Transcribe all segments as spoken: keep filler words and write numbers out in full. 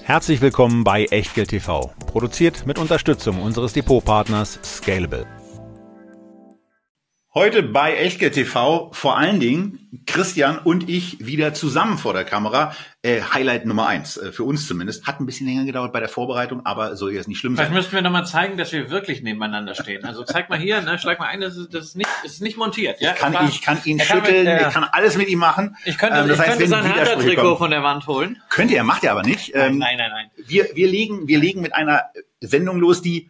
Herzlich willkommen bei Echtgeld T V, produziert mit Unterstützung unseres Depotpartners Scalable. Heute bei Echtgeld T V vor allen Dingen Christian und ich wieder zusammen vor der Kamera. Äh, Highlight Nummer eins, äh, für uns zumindest. Hat ein bisschen länger gedauert bei der Vorbereitung, aber soll jetzt nicht schlimm sein. Vielleicht müssten wir nochmal zeigen, dass wir wirklich nebeneinander stehen. Also zeig mal hier, ne, schlag mal ein, das ist, das ist, nicht, das ist nicht montiert. Ja? Ich kann, war, ich kann ihn kann schütteln, mit, äh, ich kann alles mit ihm machen. Ich könnte, ähm, das ich heißt, könnte sein Widersprüche Hertha-Trikot kommen, von der Wand holen. Könnt ihr, macht ihr aber nicht. Ähm, nein, nein, nein. nein. Wir, wir, legen, wir legen mit einer Sendung los, die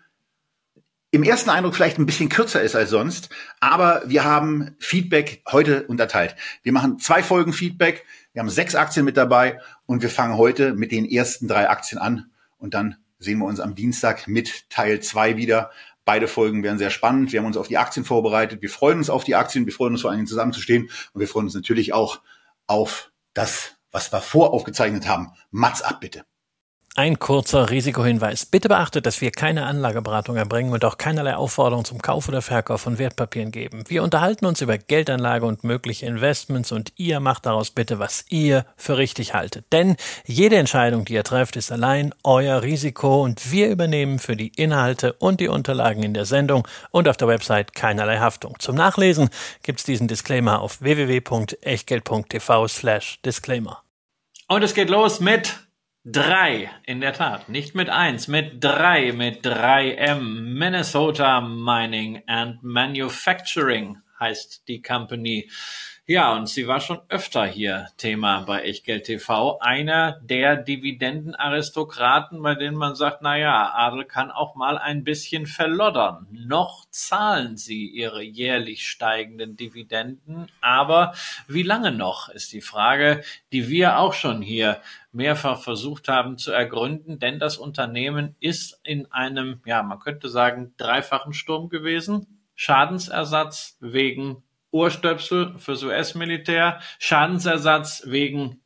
im ersten Eindruck vielleicht ein bisschen kürzer ist als sonst, aber wir haben Feedback heute unterteilt. Wir machen zwei Folgen Feedback, wir haben sechs Aktien mit dabei und wir fangen heute mit den ersten drei Aktien an und dann sehen wir uns am Dienstag mit Teil zwei wieder. Beide Folgen werden sehr spannend. Wir haben uns auf die Aktien vorbereitet. Wir freuen uns auf die Aktien, wir freuen uns vor allen Dingen zusammenzustehen und wir freuen uns natürlich auch auf das, was wir voraufgezeichnet haben. Mats ab, bitte. Ein kurzer Risikohinweis. Bitte beachtet, dass wir keine Anlageberatung erbringen und auch keinerlei Aufforderung zum Kauf oder Verkauf von Wertpapieren geben. Wir unterhalten uns über Geldanlage und mögliche Investments und ihr macht daraus bitte, was ihr für richtig haltet. Denn jede Entscheidung, die ihr trefft, ist allein euer Risiko und wir übernehmen für die Inhalte und die Unterlagen in der Sendung und auf der Website keinerlei Haftung. Zum Nachlesen gibt's diesen Disclaimer auf w w w punkt echtgeld punkt t v slash disclaimer. Und es geht los mit Drei, in der Tat, nicht mit eins, mit drei, mit drei M. Minnesota Mining and Manufacturing heißt die Company. Ja, und sie war schon öfter hier Thema bei Echtgeld T V. Einer der Dividendenaristokraten, bei denen man sagt, na ja, Adel kann auch mal ein bisschen verloddern. Noch zahlen sie ihre jährlich steigenden Dividenden, aber wie lange noch, ist die Frage, die wir auch schon hier mehrfach versucht haben zu ergründen, denn das Unternehmen ist in einem, ja, man könnte sagen, dreifachen Sturm gewesen. Schadensersatz wegen Ohrstöpsel fürs U S-Militär, Schadensersatz wegen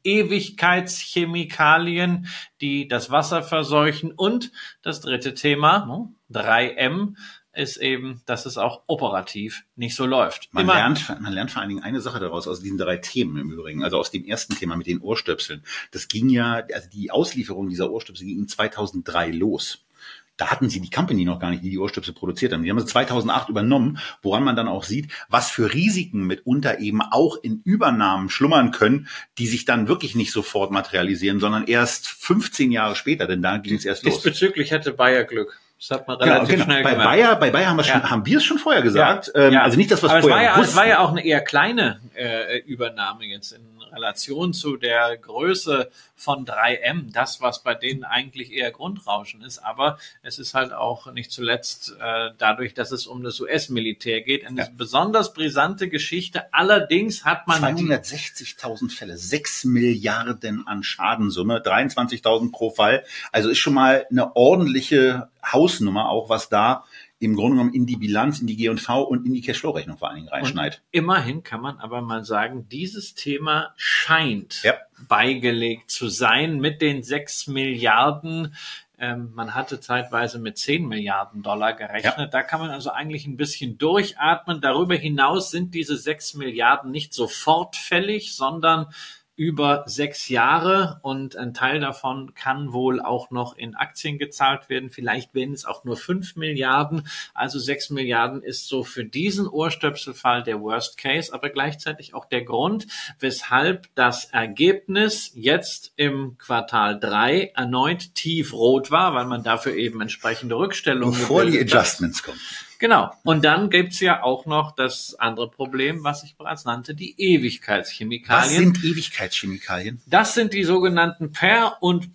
Ewigkeitschemikalien, die das Wasser verseuchen und das dritte Thema, drei M, ist eben, dass es auch operativ nicht so läuft. Man lernt, man lernt vor allen Dingen eine Sache daraus, aus diesen drei Themen im Übrigen, also aus dem ersten Thema mit den Ohrstöpseln. Das ging ja, also die Auslieferung dieser Ohrstöpsel ging zweitausenddrei los. Da hatten sie die Company noch gar nicht, die die Ohrstöpsel produziert haben. Die haben sie zweitausendacht übernommen, woran man dann auch sieht, was für Risiken mitunter eben auch in Übernahmen schlummern können, die sich dann wirklich nicht sofort materialisieren, sondern erst fünfzehn Jahre später, denn da ging es erst los. Diesbezüglich hätte Bayer Glück. Das hat man relativ genau, genau. schnell bei gemacht. Bayer, bei Bayer haben wir schon, ja. haben wir es schon vorher gesagt. Ja. Ähm, ja. Also nicht das, was Aber vorher es war, ja, wussten. es war ja auch eine eher kleine äh, Übernahme jetzt in Relation zu der Größe von drei M. Das, was bei denen eigentlich eher Grundrauschen ist. Aber es ist halt auch nicht zuletzt äh, dadurch, dass es um das U S-Militär geht. Eine ja. besonders brisante Geschichte. Allerdings hat man zweihundertsechzigtausend Fälle, sechs Milliarden an Schadensumme, dreiundzwanzigtausend pro Fall. Also ist schon mal eine ordentliche Hausnummer, auch was da im Grunde genommen in die Bilanz, in die G und V und in die Cashflow-Rechnung vor allen Dingen reinschneit. Und immerhin kann man aber mal sagen, dieses Thema scheint ja. beigelegt zu sein mit den sechs Milliarden. Ähm, man hatte zeitweise mit zehn Milliarden Dollar gerechnet. Ja. Da kann man also eigentlich ein bisschen durchatmen. Darüber hinaus sind diese sechs Milliarden nicht sofort fällig, sondern über sechs Jahre und ein Teil davon kann wohl auch noch in Aktien gezahlt werden. Vielleicht werden es auch nur fünf Milliarden. Also sechs Milliarden ist so für diesen Ohrstöpselfall der Worst Case, aber gleichzeitig auch der Grund, weshalb das Ergebnis jetzt im Quartal drei erneut tiefrot war, weil man dafür eben entsprechende Rückstellungen bevor die Adjustments kommen. Genau. Und dann gibt's ja auch noch das andere Problem, was ich bereits nannte, die Ewigkeitschemikalien. Was sind Ewigkeitschemikalien? Das sind die sogenannten Per- und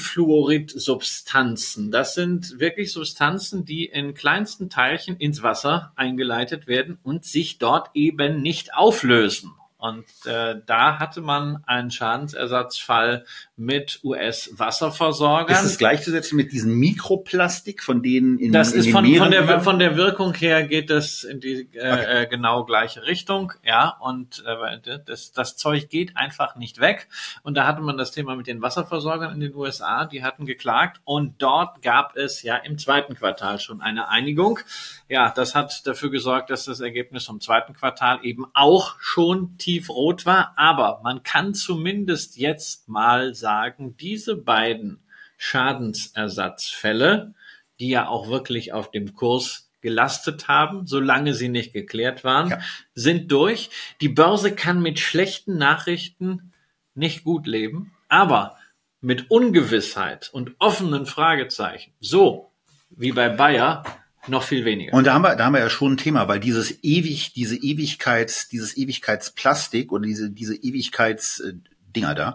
Polyfluorid-Substanzen. Das sind wirklich Substanzen, die in kleinsten Teilchen ins Wasser eingeleitet werden und sich dort eben nicht auflösen. Und äh, da hatte man einen Schadensersatzfall mit U S-Wasserversorgern. Ist das gleichzusetzen mit diesem Mikroplastik, von denen in, das in ist den von, Meeren? Von der, von der Wirkung her geht das in die äh, okay. genau gleiche Richtung. Ja, und äh, das, das Zeug geht einfach nicht weg. Und da hatte man das Thema mit den Wasserversorgern in den U S A. Die hatten geklagt. Und dort gab es ja im zweiten Quartal schon eine Einigung. Ja, das hat dafür gesorgt, dass das Ergebnis vom zweiten Quartal eben auch schon tiefrot war. Aber man kann zumindest jetzt mal sagen, diese beiden Schadensersatzfälle, die ja auch wirklich auf dem Kurs gelastet haben, solange sie nicht geklärt waren, ja. sind durch. Die Börse kann mit schlechten Nachrichten nicht gut leben, aber mit Ungewissheit und offenen Fragezeichen, so wie bei Bayer, noch viel weniger. Und da haben wir, da haben wir ja schon ein Thema, weil dieses ewig, diese Ewigkeits, dieses Ewigkeitsplastik oder diese, diese Ewigkeitsdinger da,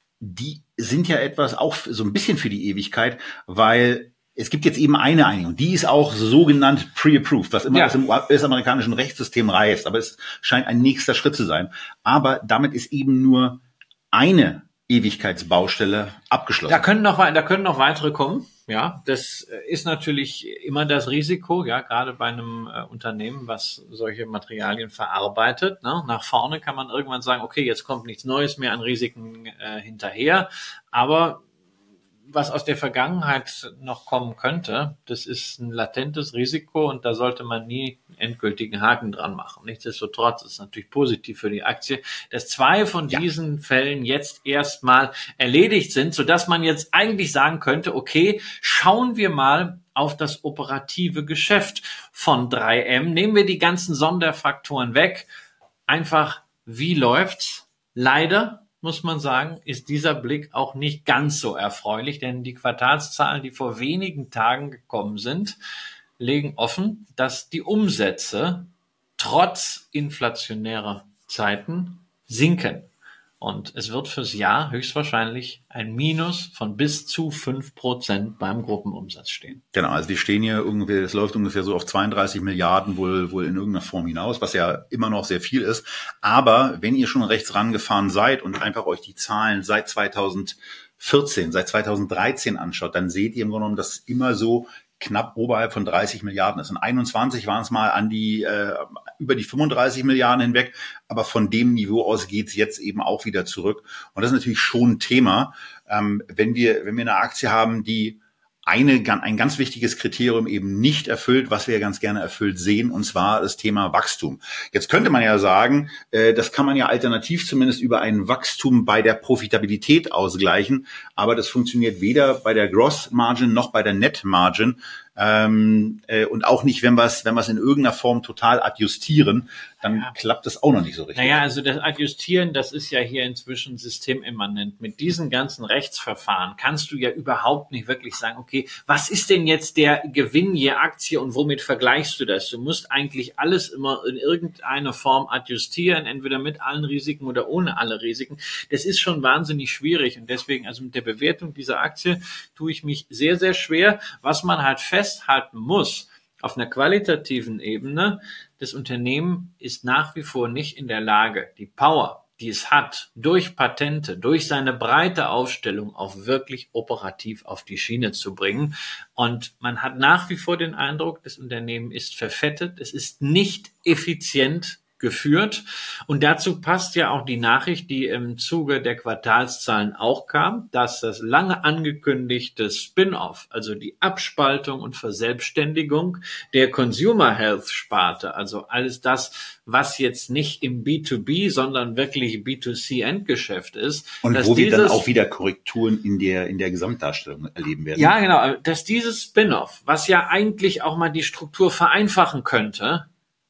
die sind ja etwas auch so ein bisschen für die Ewigkeit, weil es gibt jetzt eben eine Einigung, die ist auch sogenannt pre-approved, was immer ja. das im U S-amerikanischen Rechtssystem heißt, aber es scheint ein nächster Schritt zu sein. Aber damit ist eben nur eine Ewigkeitsbaustelle abgeschlossen. Da können noch, da können noch weitere kommen. Ja, das ist natürlich immer das Risiko, ja, gerade bei einem äh, Unternehmen, was solche Materialien verarbeitet. Ne? Nach vorne kann man irgendwann sagen, okay, jetzt kommt nichts Neues mehr an Risiken äh, hinterher. Aber was aus der Vergangenheit noch kommen könnte, das ist ein latentes Risiko und da sollte man nie einen endgültigen Haken dran machen. Nichtsdestotrotz ist es natürlich positiv für die Aktie, dass zwei von diesen ja. Fällen jetzt erstmal erledigt sind, sodass man jetzt eigentlich sagen könnte, okay, schauen wir mal auf das operative Geschäft von drei M. Nehmen wir die ganzen Sonderfaktoren weg. Einfach, wie läuft's? Leider muss man sagen, ist dieser Blick auch nicht ganz so erfreulich, denn die Quartalszahlen, die vor wenigen Tagen gekommen sind, legen offen, dass die Umsätze trotz inflationärer Zeiten sinken. Und es wird fürs Jahr höchstwahrscheinlich ein Minus von bis zu fünf Prozent beim Gruppenumsatz stehen. Genau, also wir stehen hier irgendwie, es läuft ungefähr so auf zweiunddreißig Milliarden wohl, wohl in irgendeiner Form hinaus, was ja immer noch sehr viel ist. Aber wenn ihr schon rechts rangefahren seid und einfach euch die Zahlen seit zweitausendvierzehn, seit zweitausenddreizehn anschaut, dann seht ihr im Grunde genommen, dass es immer so knapp oberhalb von dreißig Milliarden ist. In einundzwanzig waren es mal an die äh, über die fünfunddreißig Milliarden hinweg, aber von dem Niveau aus geht's jetzt eben auch wieder zurück. Und das ist natürlich schon ein Thema, ähm, wenn wir wenn wir eine Aktie haben, die eine ein ganz wichtiges Kriterium eben nicht erfüllt, was wir ja ganz gerne erfüllt sehen, und zwar das Thema Wachstum. Jetzt könnte man ja sagen, äh, das kann man ja alternativ zumindest über ein Wachstum bei der Profitabilität ausgleichen, aber das funktioniert weder bei der Gross Margin noch bei der Net Margin. Ähm, äh, und auch nicht, wenn wir es wenn wir es in irgendeiner Form total adjustieren, dann ja. klappt das auch noch nicht so richtig. Naja, also das Adjustieren, das ist ja hier inzwischen systemimmanent. Mit diesen ganzen Rechtsverfahren kannst du ja überhaupt nicht wirklich sagen, okay, was ist denn jetzt der Gewinn je Aktie und womit vergleichst du das? Du musst eigentlich alles immer in irgendeiner Form adjustieren, entweder mit allen Risiken oder ohne alle Risiken. Das ist schon wahnsinnig schwierig und deswegen, also mit der Bewertung dieser Aktie tue ich mich sehr, sehr schwer. Was man halt festhalten muss, auf einer qualitativen Ebene, das Unternehmen ist nach wie vor nicht in der Lage, die Power, die es hat, durch Patente, durch seine breite Aufstellung auch wirklich operativ auf die Schiene zu bringen. Und man hat nach wie vor den Eindruck, das Unternehmen ist verfettet, es ist nicht effizient geführt. Und dazu passt ja auch die Nachricht, die im Zuge der Quartalszahlen auch kam, dass das lange angekündigte Spin-off, also die Abspaltung und Verselbstständigung der Consumer Health Sparte, also alles das, was jetzt nicht im B zwei B, sondern wirklich B zwei C Endgeschäft ist. Und wo wir dann auch wieder Korrekturen in der, in der Gesamtdarstellung erleben werden. Ja, genau. Dass dieses Spin-off, was ja eigentlich auch mal die Struktur vereinfachen könnte,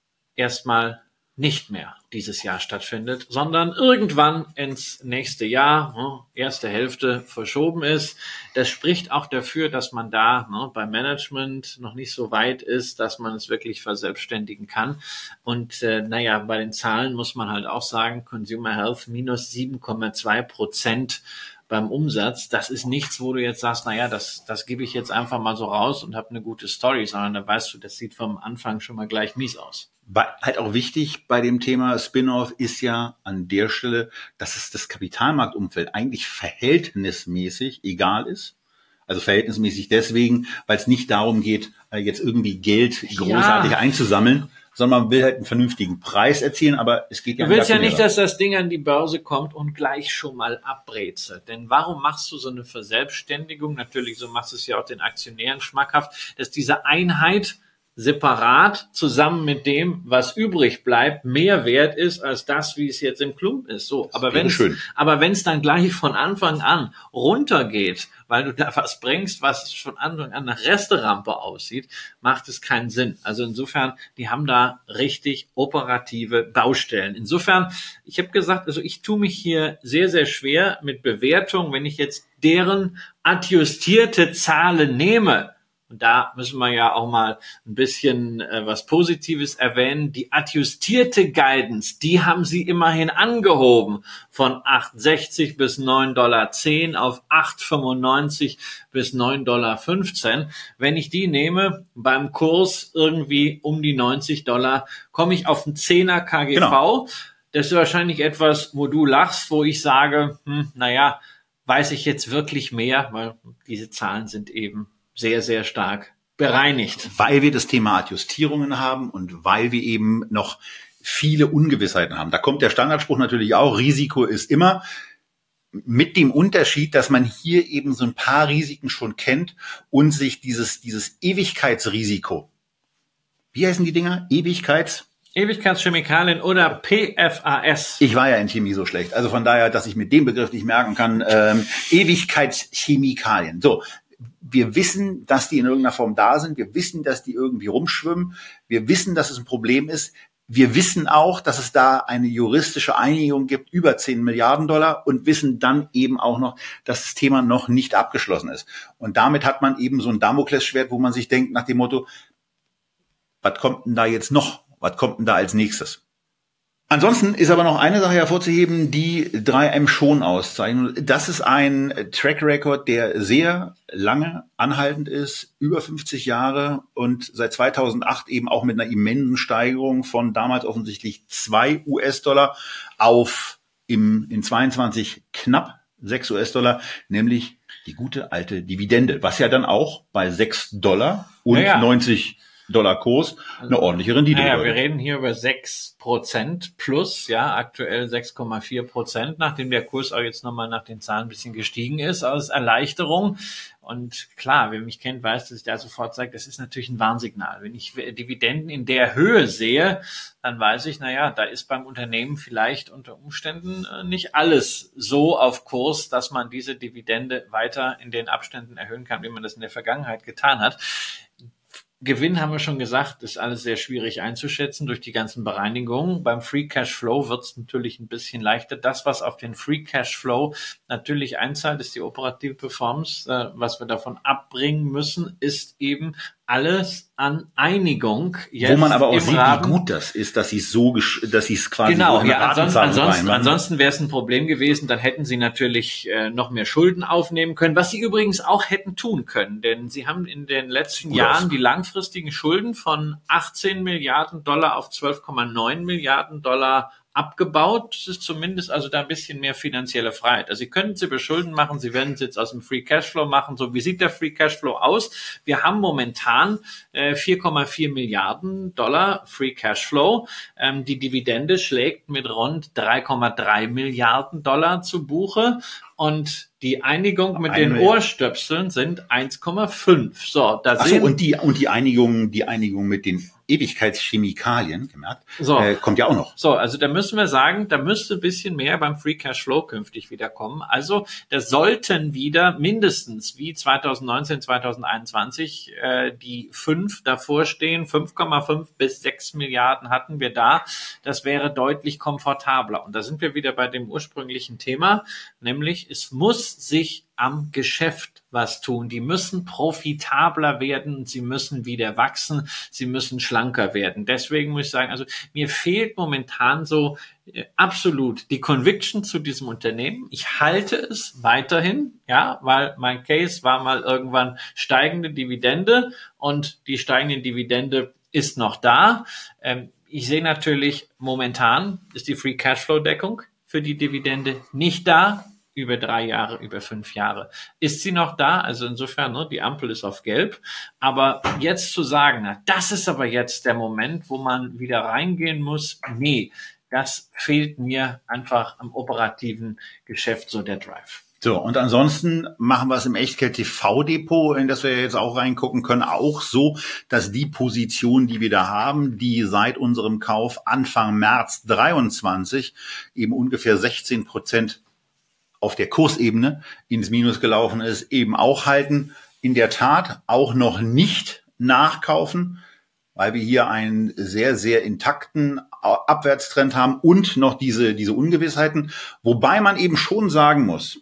erstmal nicht mehr dieses Jahr stattfindet, sondern irgendwann ins nächste Jahr, erste Hälfte verschoben ist. Das spricht auch dafür, dass man da ne, beim Management noch nicht so weit ist, dass man es wirklich verselbstständigen kann. Und äh, naja, bei den Zahlen muss man halt auch sagen, Consumer Health minus sieben Komma zwei Prozent beim Umsatz. Das ist nichts, wo du jetzt sagst, naja, das, das gebe ich jetzt einfach mal so raus und habe eine gute Story, sondern da weißt du, das sieht vom Anfang schon mal gleich mies aus. Bei, halt auch wichtig bei dem Thema Spin-off ist ja an der Stelle, dass es das Kapitalmarktumfeld eigentlich verhältnismäßig egal ist. Also verhältnismäßig deswegen, weil es nicht darum geht, jetzt irgendwie Geld großartig ja. einzusammeln, sondern man will halt einen vernünftigen Preis erzielen, aber es geht ja Du willst ja nicht, dass das Ding an die Börse kommt und gleich schon mal abbrezelt. Denn warum machst du so eine Verselbstständigung? Natürlich, so machst du es ja auch den Aktionären schmackhaft, dass diese Einheit separat zusammen mit dem, was übrig bleibt, mehr wert ist als das, wie es jetzt im Klump ist. So, aber wenn es, aber wenn es dann gleich von Anfang an runtergeht, weil du da was bringst, was von Anfang an nach Resterampe aussieht, macht es keinen Sinn. Also insofern, die haben da richtig operative Baustellen. Insofern, ich habe gesagt, also ich tue mich hier sehr, sehr schwer mit Bewertung, wenn ich jetzt deren adjustierte Zahlen nehme. Und da müssen wir ja auch mal ein bisschen äh, was Positives erwähnen. Die adjustierte Guidance, die haben sie immerhin angehoben von acht sechzig bis neun Komma zehn Dollar auf acht fünfundneunzig bis neun Komma fünfzehn Dollar. Wenn ich die nehme, beim Kurs irgendwie um die neunzig Dollar, komme ich auf einen zehner K G V. Genau. Das ist wahrscheinlich etwas, wo du lachst, wo ich sage, hm, naja, weiß ich jetzt wirklich mehr, weil diese Zahlen sind eben sehr, sehr stark bereinigt. Weil wir das Thema Adjustierungen haben und weil wir eben noch viele Ungewissheiten haben. Da kommt der Standardspruch natürlich auch, Risiko ist immer, mit dem Unterschied, dass man hier eben so ein paar Risiken schon kennt und sich dieses, dieses Ewigkeitsrisiko, wie heißen die Dinger? Ewigkeits... Ewigkeitschemikalien oder P F A S. Ich war ja in Chemie so schlecht. Also von daher, dass ich mit dem Begriff nicht merken kann, ähm, Ewigkeitschemikalien. So. Wir wissen, dass die in irgendeiner Form da sind. Wir wissen, dass die irgendwie rumschwimmen. Wir wissen, dass es ein Problem ist. Wir wissen auch, dass es da eine juristische Einigung gibt über zehn Milliarden Dollar und wissen dann eben auch noch, dass das Thema noch nicht abgeschlossen ist. Und damit hat man eben so ein Damoklesschwert, wo man sich denkt nach dem Motto, was kommt denn da jetzt noch? Was kommt denn da als nächstes? Ansonsten ist aber noch eine Sache hervorzuheben, die drei M schon auszeichnet. Das ist ein Track Record, der sehr lange anhaltend ist, über fünfzig Jahre und seit zweitausendacht eben auch mit einer immensen Steigerung von damals offensichtlich zwei US-Dollar auf im, in zweiundzwanzig knapp sechs US-Dollar, nämlich die gute alte Dividende, was ja dann auch bei sechs Dollar und ja, ja. neunzig Dollar Kurs eine ordentliche Rendite. Naja, wir reden hier über sechs Prozent plus, ja, aktuell sechs Komma vier Prozent, nachdem der Kurs auch jetzt nochmal nach den Zahlen ein bisschen gestiegen ist, als Erleichterung. Und klar, wer mich kennt, weiß, dass ich da sofort sage, das ist natürlich ein Warnsignal. Wenn ich Dividenden in der Höhe sehe, dann weiß ich, naja, da ist beim Unternehmen vielleicht unter Umständen nicht alles so auf Kurs, dass man diese Dividende weiter in den Abständen erhöhen kann, wie man das in der Vergangenheit getan hat. Gewinn haben wir schon gesagt, ist alles sehr schwierig einzuschätzen durch die ganzen Bereinigungen. Beim Free Cash Flow wird es natürlich ein bisschen leichter. Das, was auf den Free Cash Flow natürlich einzahlt, ist die operative Performance. Äh, was wir davon abbringen müssen, ist eben alles an Einigung. Jetzt wo man aber auch sieht, Rahmen. Wie gut das ist, dass sie es so, dass sie es quasi genau, so ja, ansonsten, ansonsten, ansonsten wäre es ein Problem gewesen, dann hätten sie natürlich äh, noch mehr Schulden aufnehmen können, was sie übrigens auch hätten tun können, denn sie haben in den letzten gut Jahren aus. die langfristigen Schulden von achtzehn Milliarden Dollar auf zwölf Komma neun Milliarden Dollar abgebaut. Das ist zumindest also da ein bisschen mehr finanzielle Freiheit. Also Sie können sie beschulden machen, Sie werden es jetzt aus dem Free Cashflow machen. So, wie sieht der Free Cashflow aus? Wir haben momentan äh, vier Komma vier Milliarden Dollar Free Cashflow. Ähm, die Dividende schlägt mit rund drei Komma drei Milliarden Dollar zu Buche und die Einigung mit den Ohrstöpseln sind eins Komma fünf. So, da Ach so, und die und die Einigung, die Einigung mit den Ewigkeitschemikalien, gemerkt, so. äh, kommt ja auch noch. So, also da müssen wir sagen, da müsste ein bisschen mehr beim Free Cash Flow künftig wieder kommen. Also da sollten wieder mindestens wie zweitausendneunzehn, zweitausendeinundzwanzig äh, die fünf davor stehen. fünf Komma fünf bis sechs Milliarden hatten wir da. Das wäre deutlich komfortabler. Und da sind wir wieder bei dem ursprünglichen Thema, nämlich es muss sich am Geschäft was tun. Die müssen profitabler werden, sie müssen wieder wachsen, sie müssen schlanker werden. Deswegen muss ich sagen, also mir fehlt momentan so äh, absolut die Conviction zu diesem Unternehmen. Ich halte es weiterhin, ja, weil mein Case war mal irgendwann steigende Dividende und die steigende Dividende ist noch da. Ähm, ich sehe natürlich, momentan ist die Free Cashflow Deckung für die Dividende nicht da. Über drei Jahre, über fünf Jahre. Ist sie noch da? Also insofern, ne, die Ampel ist auf gelb. Aber jetzt zu sagen, na, das ist aber jetzt der Moment, wo man wieder reingehen muss. Nee, das fehlt mir einfach am operativen Geschäft, so der Drive. So, und ansonsten machen wir es im Echtgeld-T V-Depot, in das wir jetzt auch reingucken können, auch so, dass die Position, die wir da haben, die seit unserem Kauf Anfang März dreiundzwanzig eben ungefähr sechzehn Prozent auf der Kursebene ins Minus gelaufen ist, eben auch halten. In der Tat auch noch nicht nachkaufen, weil wir hier einen sehr, sehr intakten Abwärtstrend haben und noch diese, diese Ungewissheiten. Wobei man eben schon sagen muss,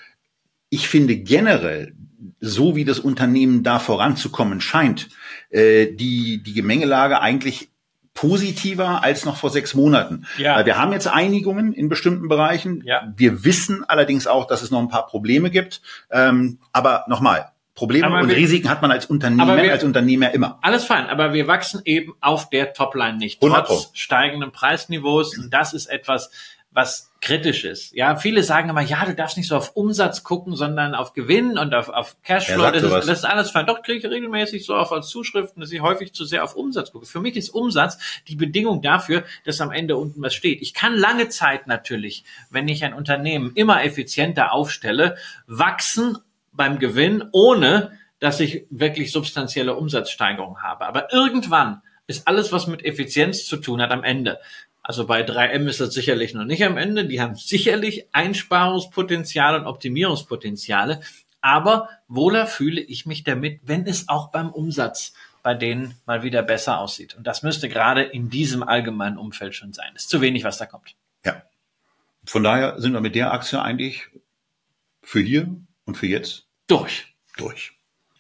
ich finde generell, so wie das Unternehmen da voranzukommen scheint, äh, die, die Gemengelage eigentlich positiver als noch vor sechs Monaten. Ja. Weil wir haben jetzt Einigungen in bestimmten Bereichen. Ja. Wir wissen allerdings auch, dass es noch ein paar Probleme gibt. Ähm, aber nochmal, Probleme aber und wir, Risiken hat man als Unternehmer, wir, als Unternehmer immer. Alles fein, aber wir wachsen eben auf der Topline nicht, trotz steigenden Preisniveaus. Und das ist etwas, was kritisch ist. Ja, viele sagen immer, ja, du darfst nicht so auf Umsatz gucken, sondern auf Gewinn und auf, auf Cashflow. Das ist, das ist alles fein. Doch, kriege ich regelmäßig so auf als Zuschriften, dass ich häufig zu sehr auf Umsatz gucke. Für mich ist Umsatz die Bedingung dafür, dass am Ende unten was steht. Ich kann lange Zeit natürlich, wenn ich ein Unternehmen immer effizienter aufstelle, wachsen beim Gewinn, ohne dass ich wirklich substanzielle Umsatzsteigerungen habe. Aber irgendwann ist alles, was mit Effizienz zu tun hat, am Ende. Also bei drei M ist das sicherlich noch nicht am Ende. Die haben sicherlich Einsparungspotenziale und Optimierungspotenziale. Aber wohler fühle ich mich damit, wenn es auch beim Umsatz bei denen mal wieder besser aussieht. Und das müsste gerade in diesem allgemeinen Umfeld schon sein. Es ist zu wenig, was da kommt. Ja. Von daher sind wir mit der Aktie eigentlich für hier und für jetzt durch. Durch.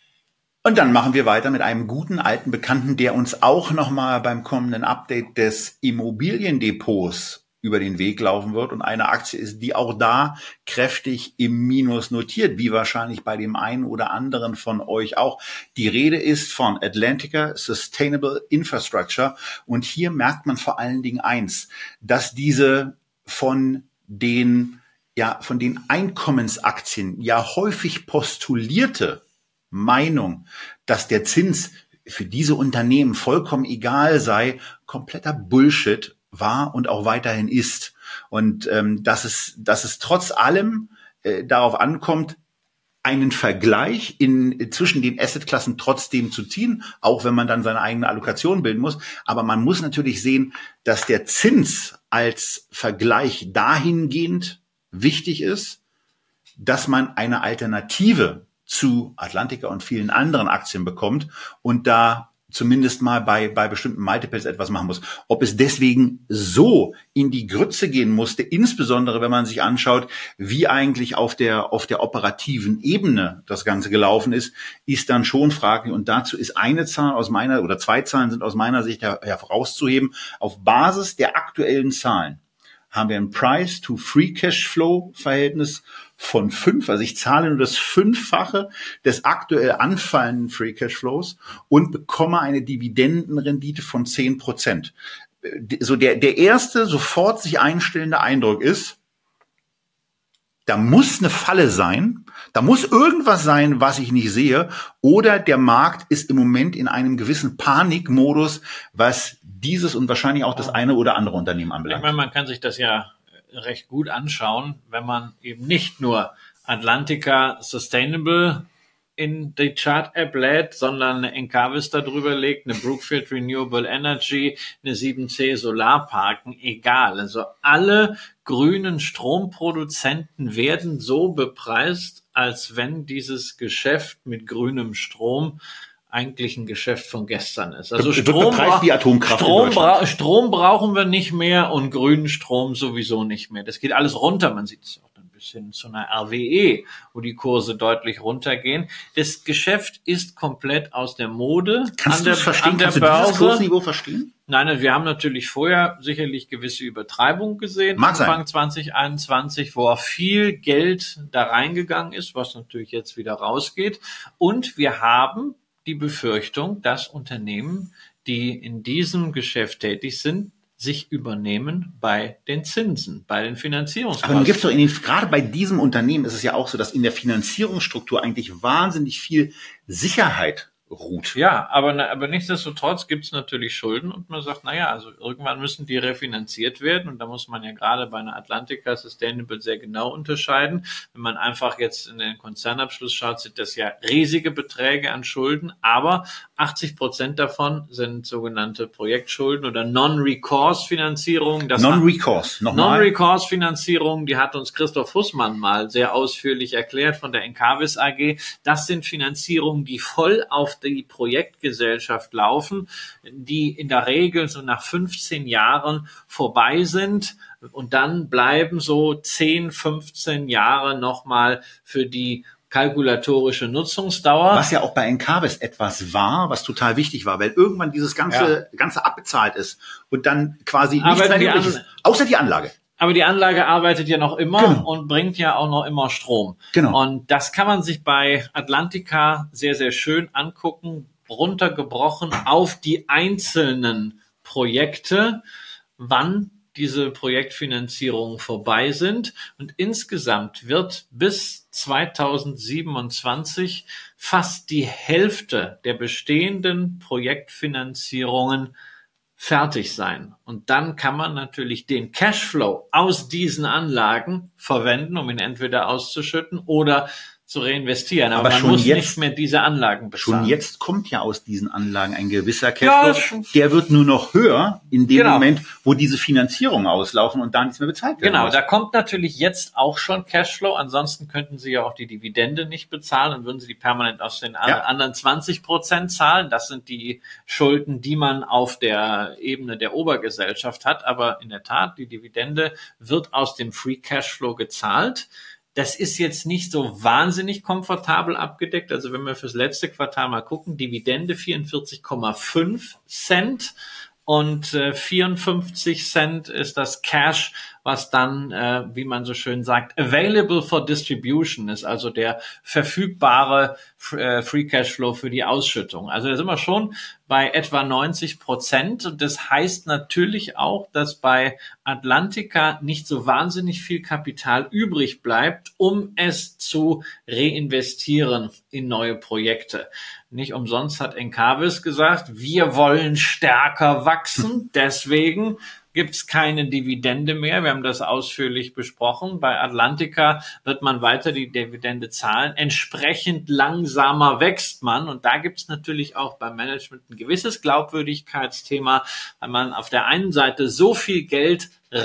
Und dann machen wir weiter mit einem guten alten Bekannten, der uns auch nochmal beim kommenden Update des Immobiliendepots über den Weg laufen wird und eine Aktie ist, die auch da kräftig im Minus notiert, wie wahrscheinlich bei dem einen oder anderen von euch auch. Die Rede ist von Atlantica Sustainable Infrastructure und hier merkt man vor allen Dingen eins, dass diese von den, ja, von den Einkommensaktien ja häufig postulierte Meinung, dass der Zins für diese Unternehmen vollkommen egal sei, kompletter Bullshit war und auch weiterhin ist. Und ähm, dass es, dass es trotz allem äh, darauf ankommt, einen Vergleich in, zwischen den Assetklassen trotzdem zu ziehen, auch wenn man dann seine eigene Allokation bilden muss. Aber man muss natürlich sehen, dass der Zins als Vergleich dahingehend wichtig ist, dass man eine Alternative zu Atlantica und vielen anderen Aktien bekommt und da zumindest mal bei, bei bestimmten Multiples etwas machen muss. Ob es deswegen so in die Grütze gehen musste, insbesondere wenn man sich anschaut, wie eigentlich auf der, auf der operativen Ebene das Ganze gelaufen ist, ist dann schon fraglich. Und dazu ist eine Zahl aus meiner, oder zwei Zahlen sind aus meiner Sicht herauszuheben. Auf Basis der aktuellen Zahlen haben wir ein Price-to-Free-Cash-Flow-Verhältnis von fünf. Also ich zahle nur das Fünffache des aktuell anfallenden Free Cashflows und bekomme eine Dividendenrendite von zehn Prozent. So der, der erste sofort sich einstellende Eindruck ist, da muss eine Falle sein, da muss irgendwas sein, was ich nicht sehe, oder der Markt ist im Moment in einem gewissen Panikmodus, was dieses und wahrscheinlich auch das eine oder andere Unternehmen anbelangt. Ich meine, man kann sich das ja recht gut anschauen, wenn man eben nicht nur Atlantica Sustainable in die Chart-App lädt, sondern eine Encavis da drüber legt, eine Brookfield Renewable Energy, eine sieben C Solarparken, egal. Also alle grünen Stromproduzenten werden so bepreist, als wenn dieses Geschäft mit grünem Strom eigentlich ein Geschäft von gestern ist. Also Strom, bra- die Atomkraft Strom, bra- Strom brauchen wir nicht mehr und grünen Strom sowieso nicht mehr. Das geht alles runter. Man sieht es auch ein bisschen zu einer R W E, wo die Kurse deutlich runtergehen. Das Geschäft ist komplett aus der Mode. Kannst du an der, es verstehen? an der Kannst Börse. du dieses Kursniveau verstehen? Nein, wir haben natürlich vorher sicherlich gewisse Übertreibung gesehen, Mag Anfang sein. zwanzig einundzwanzig, wo auch viel Geld da reingegangen ist, was natürlich jetzt wieder rausgeht. Und wir haben die Befürchtung, dass Unternehmen, die in diesem Geschäft tätig sind, sich übernehmen bei den Zinsen, bei den Finanzierungskosten. Aber nun gibt's doch in den, gerade bei diesem Unternehmen ist es ja auch so, dass in der Finanzierungsstruktur eigentlich wahnsinnig viel Sicherheit ruht. Ja, aber, aber nichtsdestotrotz gibt es natürlich Schulden und man sagt, naja, also irgendwann müssen die refinanziert werden und da muss man ja gerade bei einer Atlantica Sustainable sehr genau unterscheiden. Wenn man einfach jetzt in den Konzernabschluss schaut, sind das ja riesige Beträge an Schulden, aber achtzig Prozent davon sind sogenannte Projektschulden oder Non-Recourse-Finanzierung. Non-Recourse, nochmal. Non-Recourse-Finanzierung, die hat uns Christoph Hussmann mal sehr ausführlich erklärt von der Encavis A G. Das sind Finanzierungen, die voll auf die Projektgesellschaft laufen, die in der Regel so nach fünfzehn Jahren vorbei sind und dann bleiben so zehn, fünfzehn Jahre nochmal für die kalkulatorische Nutzungsdauer. Was ja auch bei Encavis etwas war, was total wichtig war, weil irgendwann dieses ganze, ja. ganze abbezahlt ist und dann quasi nichts mehr übrig ist, außer die Anlage. Aber die Anlage arbeitet ja noch immer genau. und bringt ja auch noch immer Strom. Genau. Und das kann man sich bei Atlantica sehr, sehr schön angucken, runtergebrochen auf die einzelnen Projekte, wann diese Projektfinanzierungen vorbei sind. Und insgesamt wird bis zweitausendsiebenundzwanzig fast die Hälfte der bestehenden Projektfinanzierungen fertig sein. Und dann kann man natürlich den Cashflow aus diesen Anlagen verwenden, um ihn entweder auszuschütten oder zu reinvestieren. Aber, Aber man muss jetzt, nicht mehr diese Anlagen bezahlen. Schon jetzt kommt ja aus diesen Anlagen ein gewisser Cashflow. Ja, der wird nur noch höher in dem genau. Moment, wo diese Finanzierungen auslaufen und da nichts mehr bezahlt werden Genau, muss. Da kommt natürlich jetzt auch schon Cashflow. Ansonsten könnten Sie ja auch die Dividende nicht bezahlen und würden Sie die permanent aus den ja. anderen zwanzig Prozent zahlen. Das sind die Schulden, die man auf der Ebene der Obergesellschaft hat. Aber in der Tat, die Dividende wird aus dem Free Cashflow gezahlt. Das ist jetzt nicht so wahnsinnig komfortabel abgedeckt. Also wenn wir fürs letzte Quartal mal gucken, Dividende vierundvierzig Komma fünf Cent und äh, vierundfünfzig Cent ist das Cash, was dann, äh, wie man so schön sagt, available for distribution ist, also der verfügbare äh, Free Cashflow für die Ausschüttung. Also da sind wir schon bei etwa neunzig Prozent. Und das heißt natürlich auch, dass bei Atlantica nicht so wahnsinnig viel Kapital übrig bleibt, um es zu reinvestieren in neue Projekte. Nicht umsonst hat Encavis gesagt, wir wollen stärker wachsen, deswegen gibt's keine Dividende mehr. Wir haben das ausführlich besprochen. Bei Atlantica wird man weiter die Dividende zahlen. Entsprechend langsamer wächst man. Und da gibt's natürlich auch beim Management ein gewisses Glaubwürdigkeitsthema, weil man auf der einen Seite so viel Geld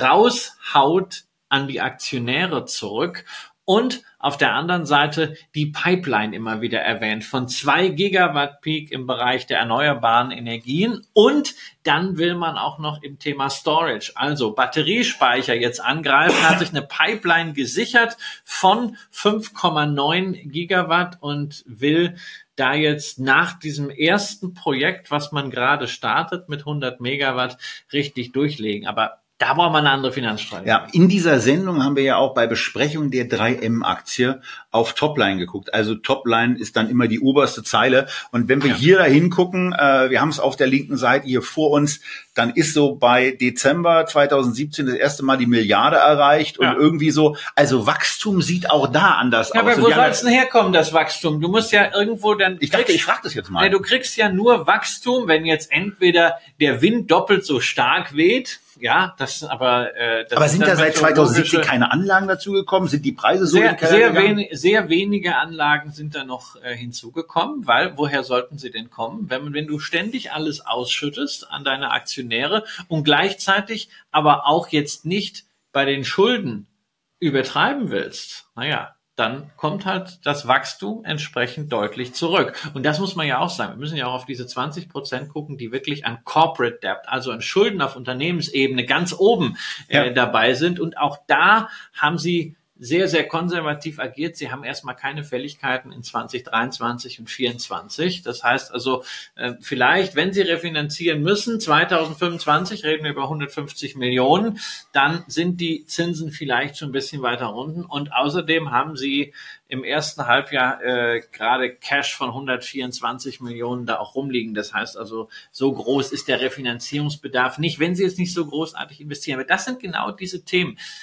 raushaut an die Aktionäre zurück und auf der anderen Seite die Pipeline immer wieder erwähnt von zwei Gigawatt Peak im Bereich der erneuerbaren Energien. Und dann will man auch noch im Thema Storage, also Batteriespeicher jetzt angreifen, hat sich eine Pipeline gesichert von fünf Komma neun Gigawatt und will da jetzt nach diesem ersten Projekt, was man gerade startet mit hundert Megawatt, richtig durchlegen. Aber da braucht man eine andere Finanzstrategie. Ja, in dieser Sendung haben wir ja auch bei Besprechung der drei M Aktie auf Topline geguckt. Also Topline ist dann immer die oberste Zeile. Und wenn wir ja. hier da hingucken, äh, wir haben es auf der linken Seite hier vor uns, dann ist so bei Dezember zweitausendsiebzehn das erste Mal die Milliarde erreicht und ja. irgendwie so, also Wachstum sieht auch da anders ja, aus. Aber wo soll es denn herkommen, das Wachstum? Du musst ja irgendwo dann... Ich dachte, ich frage das jetzt mal. Nee, du kriegst ja nur Wachstum, wenn jetzt entweder der Wind doppelt so stark weht. Ja, das aber. Äh, das aber sind da seit zweitausendsiebzehn keine Anlagen dazugekommen? Sind die Preise so sehr, in den Keller sehr, gegangen? wen, sehr wenige Anlagen sind da noch äh, hinzugekommen, weil woher sollten sie denn kommen? Wenn, wenn du ständig alles ausschüttest an deine Aktionäre und gleichzeitig aber auch jetzt nicht bei den Schulden übertreiben willst, naja, dann kommt halt das Wachstum entsprechend deutlich zurück. Und das muss man ja auch sagen. Wir müssen ja auch auf diese zwanzig Prozent gucken, die wirklich an Corporate Debt, also an Schulden auf Unternehmensebene ganz oben äh, ja. dabei sind. Und auch da haben sie sehr, sehr konservativ agiert. Sie haben erstmal keine Fälligkeiten in zwanzig dreiundzwanzig und vierundzwanzig. Das heißt also, äh, vielleicht, wenn Sie refinanzieren müssen, zweitausendfünfundzwanzig reden wir über hundertfünfzig Millionen, dann sind die Zinsen vielleicht schon ein bisschen weiter unten. Und außerdem haben Sie im ersten Halbjahr äh, gerade Cash von hundertvierundzwanzig Millionen da auch rumliegen. Das heißt also, so groß ist der Refinanzierungsbedarf nicht, wenn Sie jetzt nicht so großartig investieren. Aber das sind genau diese Themen.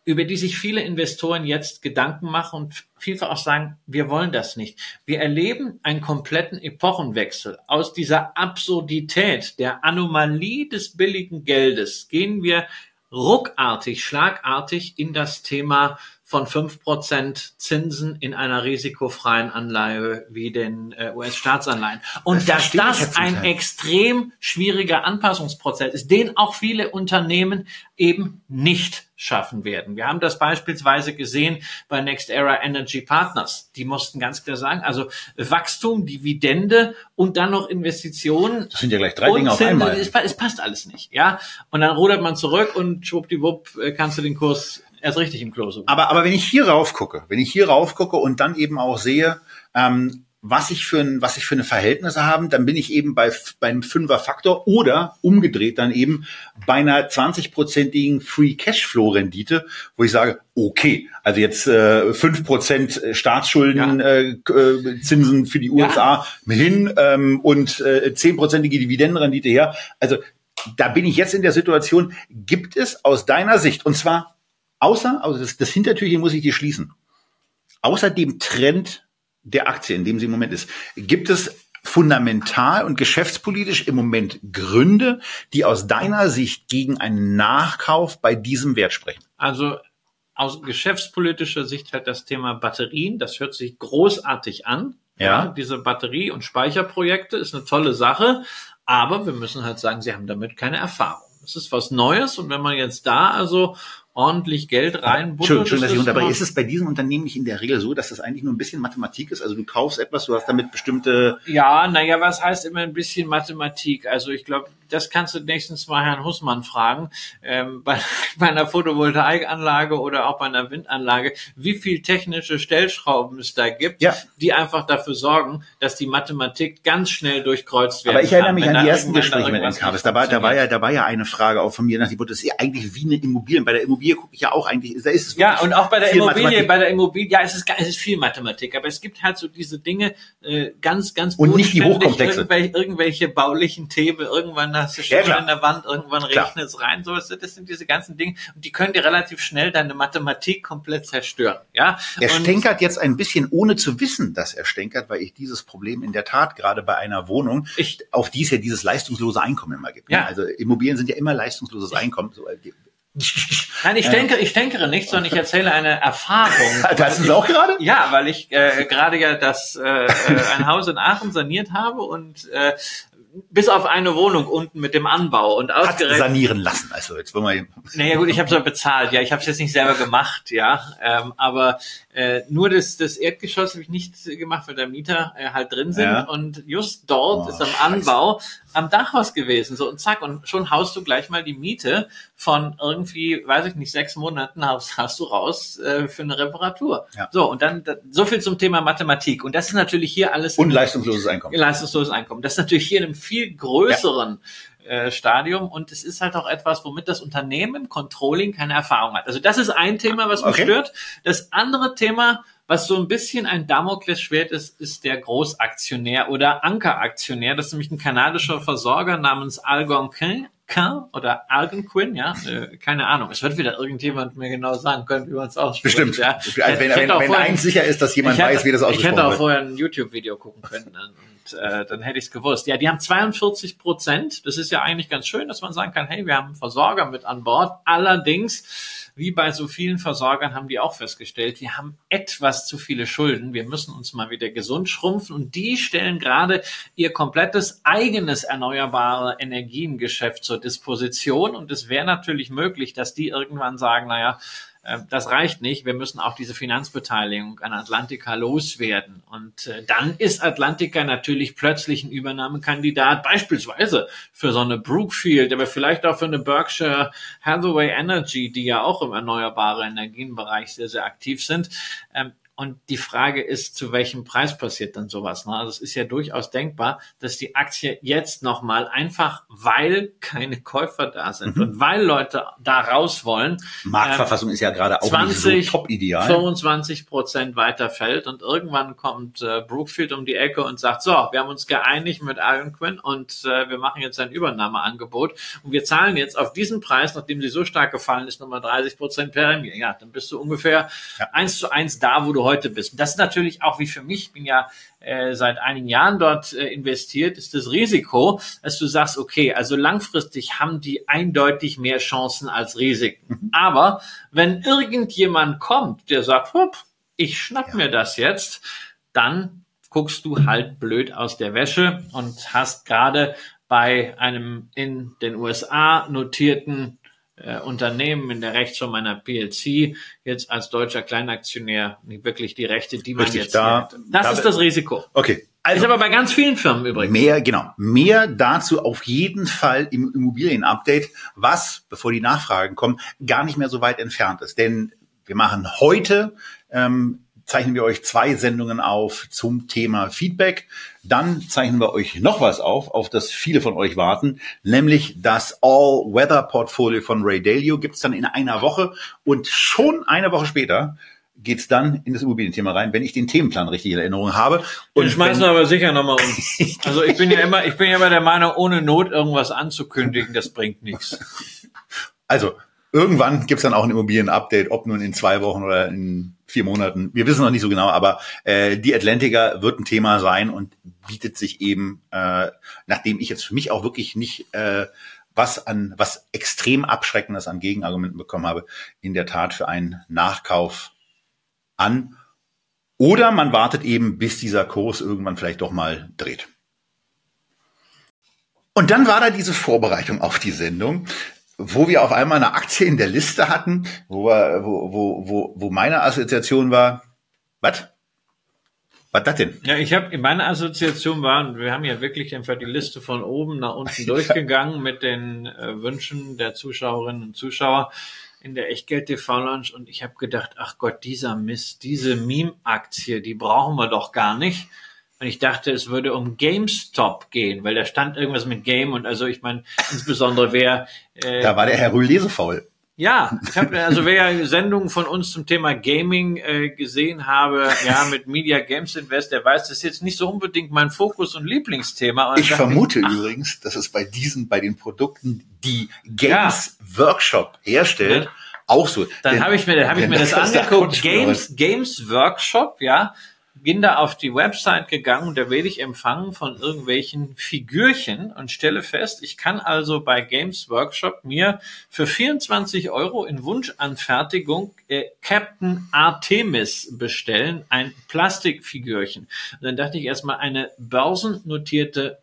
über die sich viele Investoren jetzt Gedanken machen und vielfach auch sagen, wir wollen das nicht. Wir erleben einen kompletten Epochenwechsel. Aus dieser Absurdität, der Anomalie des billigen Geldes gehen wir ruckartig, schlagartig in das Thema von fünf Prozent Zinsen in einer risikofreien Anleihe wie den äh, U S-Staatsanleihen. Und das dass das ein extrem schwieriger Anpassungsprozess ist, den auch viele Unternehmen eben nicht schaffen werden. Wir haben das beispielsweise gesehen bei NextEra Energy Partners. Die mussten ganz klar sagen, also Wachstum, Dividende und dann noch Investitionen. Das sind ja gleich drei Dinge auf einmal. Es, es passt alles nicht, ja. Und dann rudert man zurück und schwuppdiwupp kannst du den Kurs erst richtig im Klo suchen. Aber, aber wenn ich hier rauf gucke, wenn ich hier rauf gucke und dann eben auch sehe, ähm, was ich für ein, was ich für eine Verhältnisse habe, dann bin ich eben bei, bei einem Fünfer-Faktor oder umgedreht dann eben bei einer zwanzig-prozentigen Free Cashflow-Rendite, wo ich sage, okay, also jetzt äh, fünf Prozent Staatsschulden, ja. äh, Zinsen für die U S A ja. hin ähm, und äh, zehn-prozentige Dividendenrendite her. Also da bin ich jetzt in der Situation, gibt es aus deiner Sicht, und zwar außer, also das, das Hintertürchen muss ich dir schließen, außer dem Trend der Aktie, in dem sie im Moment ist, gibt es fundamental und geschäftspolitisch im Moment Gründe, die aus deiner Sicht gegen einen Nachkauf bei diesem Wert sprechen? Also aus geschäftspolitischer Sicht halt das Thema Batterien, das hört sich großartig an. Ja. Ja, diese Batterie- und Speicherprojekte ist eine tolle Sache, aber wir müssen halt sagen, sie haben damit keine Erfahrung. Es ist was Neues und wenn man jetzt da also ordentlich Geld reinbuttert. Schön, schön, dass ich unterbreche. Ist es bei diesem Unternehmen nicht in der Regel so, dass das eigentlich nur ein bisschen Mathematik ist? Also du kaufst etwas, du hast damit bestimmte... Ja, naja, was heißt immer ein bisschen Mathematik? Also ich glaube, das kannst du nächstens mal Herrn Hussmann fragen, ähm, bei, bei einer Photovoltaikanlage oder auch bei einer Windanlage, wie viel technische Stellschrauben es da gibt, ja. die einfach dafür sorgen, dass die Mathematik ganz schnell durchkreuzt werden kann. Aber ich erinnere mich kann, an die ersten Gespräche mit Encarvis. Da war, da war ja, da war ja eine Frage auch von mir nach dem Motto, das ist ja eigentlich wie eine Immobilie. Bei der Immobilie gucke ich ja auch eigentlich, da ist es ja, und auch bei der Immobilie, Mathematik. bei der Immobilie, ja, es ist, es ist viel Mathematik, aber es gibt halt so diese Dinge, äh, ganz, ganz und nicht die hochkomplexe. Irgendwelche, irgendwelche baulichen Themen, irgendwann hast du Schimmel ja, an der Wand, irgendwann regnet es rein, so, das sind diese ganzen Dinge, und die können dir relativ schnell deine Mathematik komplett zerstören, ja. Er und stänkert jetzt ein bisschen, ohne zu wissen, dass er stänkert, weil ich dieses Problem in der Tat gerade bei einer Wohnung, ich, auf die es ja dieses leistungslose Einkommen immer gibt. Ja. Also Immobilien sind ja immer leistungsloses Einkommen, so, Nein, ich denke, ich denke nicht, sondern ich erzähle eine Erfahrung. Das ist auch gerade? Ja, weil ich äh, gerade ja das äh, ein Haus in Aachen saniert habe und äh, bis auf eine Wohnung unten mit dem Anbau und ausgerechnet hat sanieren lassen. Also jetzt wollen wir. Naja gut, ich habe es ja bezahlt. Ja, ich habe es jetzt nicht selber gemacht, ja, ähm, aber äh, nur das das Erdgeschoss habe ich nicht gemacht, weil da Mieter äh, halt drin sind ja. und just dort oh, ist am Scheiße. Anbau am Dach was gewesen, so und zack und schon haust du gleich mal die Miete von irgendwie, weiß ich nicht, sechs Monaten hast, hast du raus äh, für eine Reparatur. Ja. So und dann da, so viel zum Thema Mathematik und das ist natürlich hier alles und leistungsloses Einkommen. Leistungsloses Einkommen. Das ist natürlich hier in einem viel größeren ja. äh, Stadium und es ist halt auch etwas, womit das Unternehmen im Controlling keine Erfahrung hat. Also das ist ein Thema, was mich okay. stört. Das andere Thema, was so ein bisschen ein Damoklesschwert ist, ist der Großaktionär oder Ankeraktionär. Das ist nämlich ein kanadischer Versorger namens Algonquin oder Algonquin, ja, äh, keine Ahnung. Es wird wieder irgendjemand mir genau sagen können, wie man es ausspricht. Bestimmt. Ja. Wenn, wenn, wenn eins sicher ist, dass jemand hätte, weiß, wie das ausgesprochen wird. Ich hätte auch vorher ein YouTube-Video gucken können und äh, dann hätte ich es gewusst. Ja, die haben zweiundvierzig Prozent. Das ist ja eigentlich ganz schön, dass man sagen kann, hey, wir haben einen Versorger mit an Bord. Allerdings, wie bei so vielen Versorgern haben die auch festgestellt, wir haben etwas zu viele Schulden. Wir müssen uns mal wieder gesund schrumpfen. Und die stellen gerade ihr komplettes eigenes erneuerbare Energiengeschäft zur Disposition. Und es wäre natürlich möglich, dass die irgendwann sagen, naja, das reicht nicht. Wir müssen auch diese Finanzbeteiligung an Atlantica loswerden. Und äh, dann ist Atlantica natürlich plötzlich ein Übernahmekandidat, beispielsweise für so eine Brookfield, aber vielleicht auch für eine Berkshire Hathaway Energy, die ja auch im erneuerbaren Energienbereich sehr, sehr aktiv sind. Ähm, Und die Frage ist, zu welchem Preis passiert dann sowas? Also es ist ja durchaus denkbar, dass die Aktie jetzt nochmal einfach, weil keine Käufer da sind mhm. und weil Leute da raus wollen, Marktverfassung ähm, ist ja gerade auch zwanzig, nicht so top ideal. fünfundzwanzig Prozent weiterfällt und irgendwann kommt äh, Brookfield um die Ecke und sagt, so, wir haben uns geeinigt mit Iron Quinn und äh, wir machen jetzt ein Übernahmeangebot und wir zahlen jetzt auf diesen Preis, nachdem sie so stark gefallen ist, nochmal dreißig Prozent Prämie. Ja, dann bist du ungefähr ja. eins zu eins da, wo du heute bist. Und das ist natürlich auch wie für mich, ich bin ja äh, seit einigen Jahren dort äh, investiert, ist das Risiko, dass du sagst, okay, also langfristig haben die eindeutig mehr Chancen als Risiken. Mhm. Aber wenn irgendjemand kommt, der sagt, hup, ich schnapp ja. mir das jetzt, dann guckst du halt blöd aus der Wäsche und hast gerade bei einem in den U S A notierten äh, Unternehmen in der Rechtsform einer P L C jetzt als deutscher Kleinaktionär nicht wirklich die Rechte, die man Richtig, jetzt da, hätte. Das da, ist das Risiko. Okay. Also, ist aber bei ganz vielen Firmen übrigens. Mehr, genau. Mehr dazu auf jeden Fall im Immobilien-Update, was, bevor die Nachfragen kommen, gar nicht mehr so weit entfernt ist. Denn wir machen heute, ähm, zeichnen wir euch zwei Sendungen auf zum Thema Feedback. Dann zeichnen wir euch noch was auf, auf das viele von euch warten, nämlich das All-Weather-Portfolio von Ray Dalio gibt's dann in einer Woche und schon eine Woche später geht's dann in das Immobilienthema rein, wenn ich den Themenplan richtig in Erinnerung habe. Und ich schmeißen aber sicher nochmal um. Also ich bin ja immer, ich bin ja immer der Meinung, ohne Not irgendwas anzukündigen, das bringt nichts. Also irgendwann gibt's dann auch ein Immobilien-Update, ob nun in zwei Wochen oder in vier Monaten. Wir wissen noch nicht so genau, aber äh, die Atlantica wird ein Thema sein und bietet sich eben, äh, nachdem ich jetzt für mich auch wirklich nicht äh, was an was extrem Abschreckendes an Gegenargumenten bekommen habe, in der Tat für einen Nachkauf an. Oder man wartet eben, bis dieser Kurs irgendwann vielleicht doch mal dreht. Und dann war da diese Vorbereitung auf die Sendung, wo wir auf einmal eine Aktie in der Liste hatten, wo, wir, wo, wo, wo, wo meine Assoziation war, was? Was das denn? Ja, ich habe meine Assoziation war, wir haben ja wirklich einfach die Liste von oben nach unten durchgegangen mit den äh, Wünschen der Zuschauerinnen und Zuschauer in der Echtgeld-T V-Lounge und ich habe gedacht, ach Gott, dieser Mist, diese Meme-Aktie, die brauchen wir doch gar nicht. Und ich dachte, es würde um GameStop gehen, weil da stand irgendwas mit Game und also ich meine, insbesondere wer... Äh, da war der Herr Rühl lesefaul. Ja, ich hab, also wer Sendungen von uns zum Thema Gaming äh, gesehen habe, ja, mit Media Games Invest, der weiß, das ist jetzt nicht so unbedingt mein Fokus und Lieblingsthema. Und ich vermute ich, übrigens, dass es bei diesen, bei den Produkten, die Games ja. Workshop herstellt, ja. auch so. Dann habe ich mir, dann habe ich mir das, das angeguckt. Games, Games Workshop, ja. Bin da auf die Website gegangen und da werde ich empfangen von irgendwelchen Figürchen und stelle fest, ich kann also bei Games Workshop mir für vierundzwanzig Euro in Wunschanfertigung äh, Captain Artemis bestellen, ein Plastikfigürchen. Und dann dachte ich erstmal, eine börsennotierte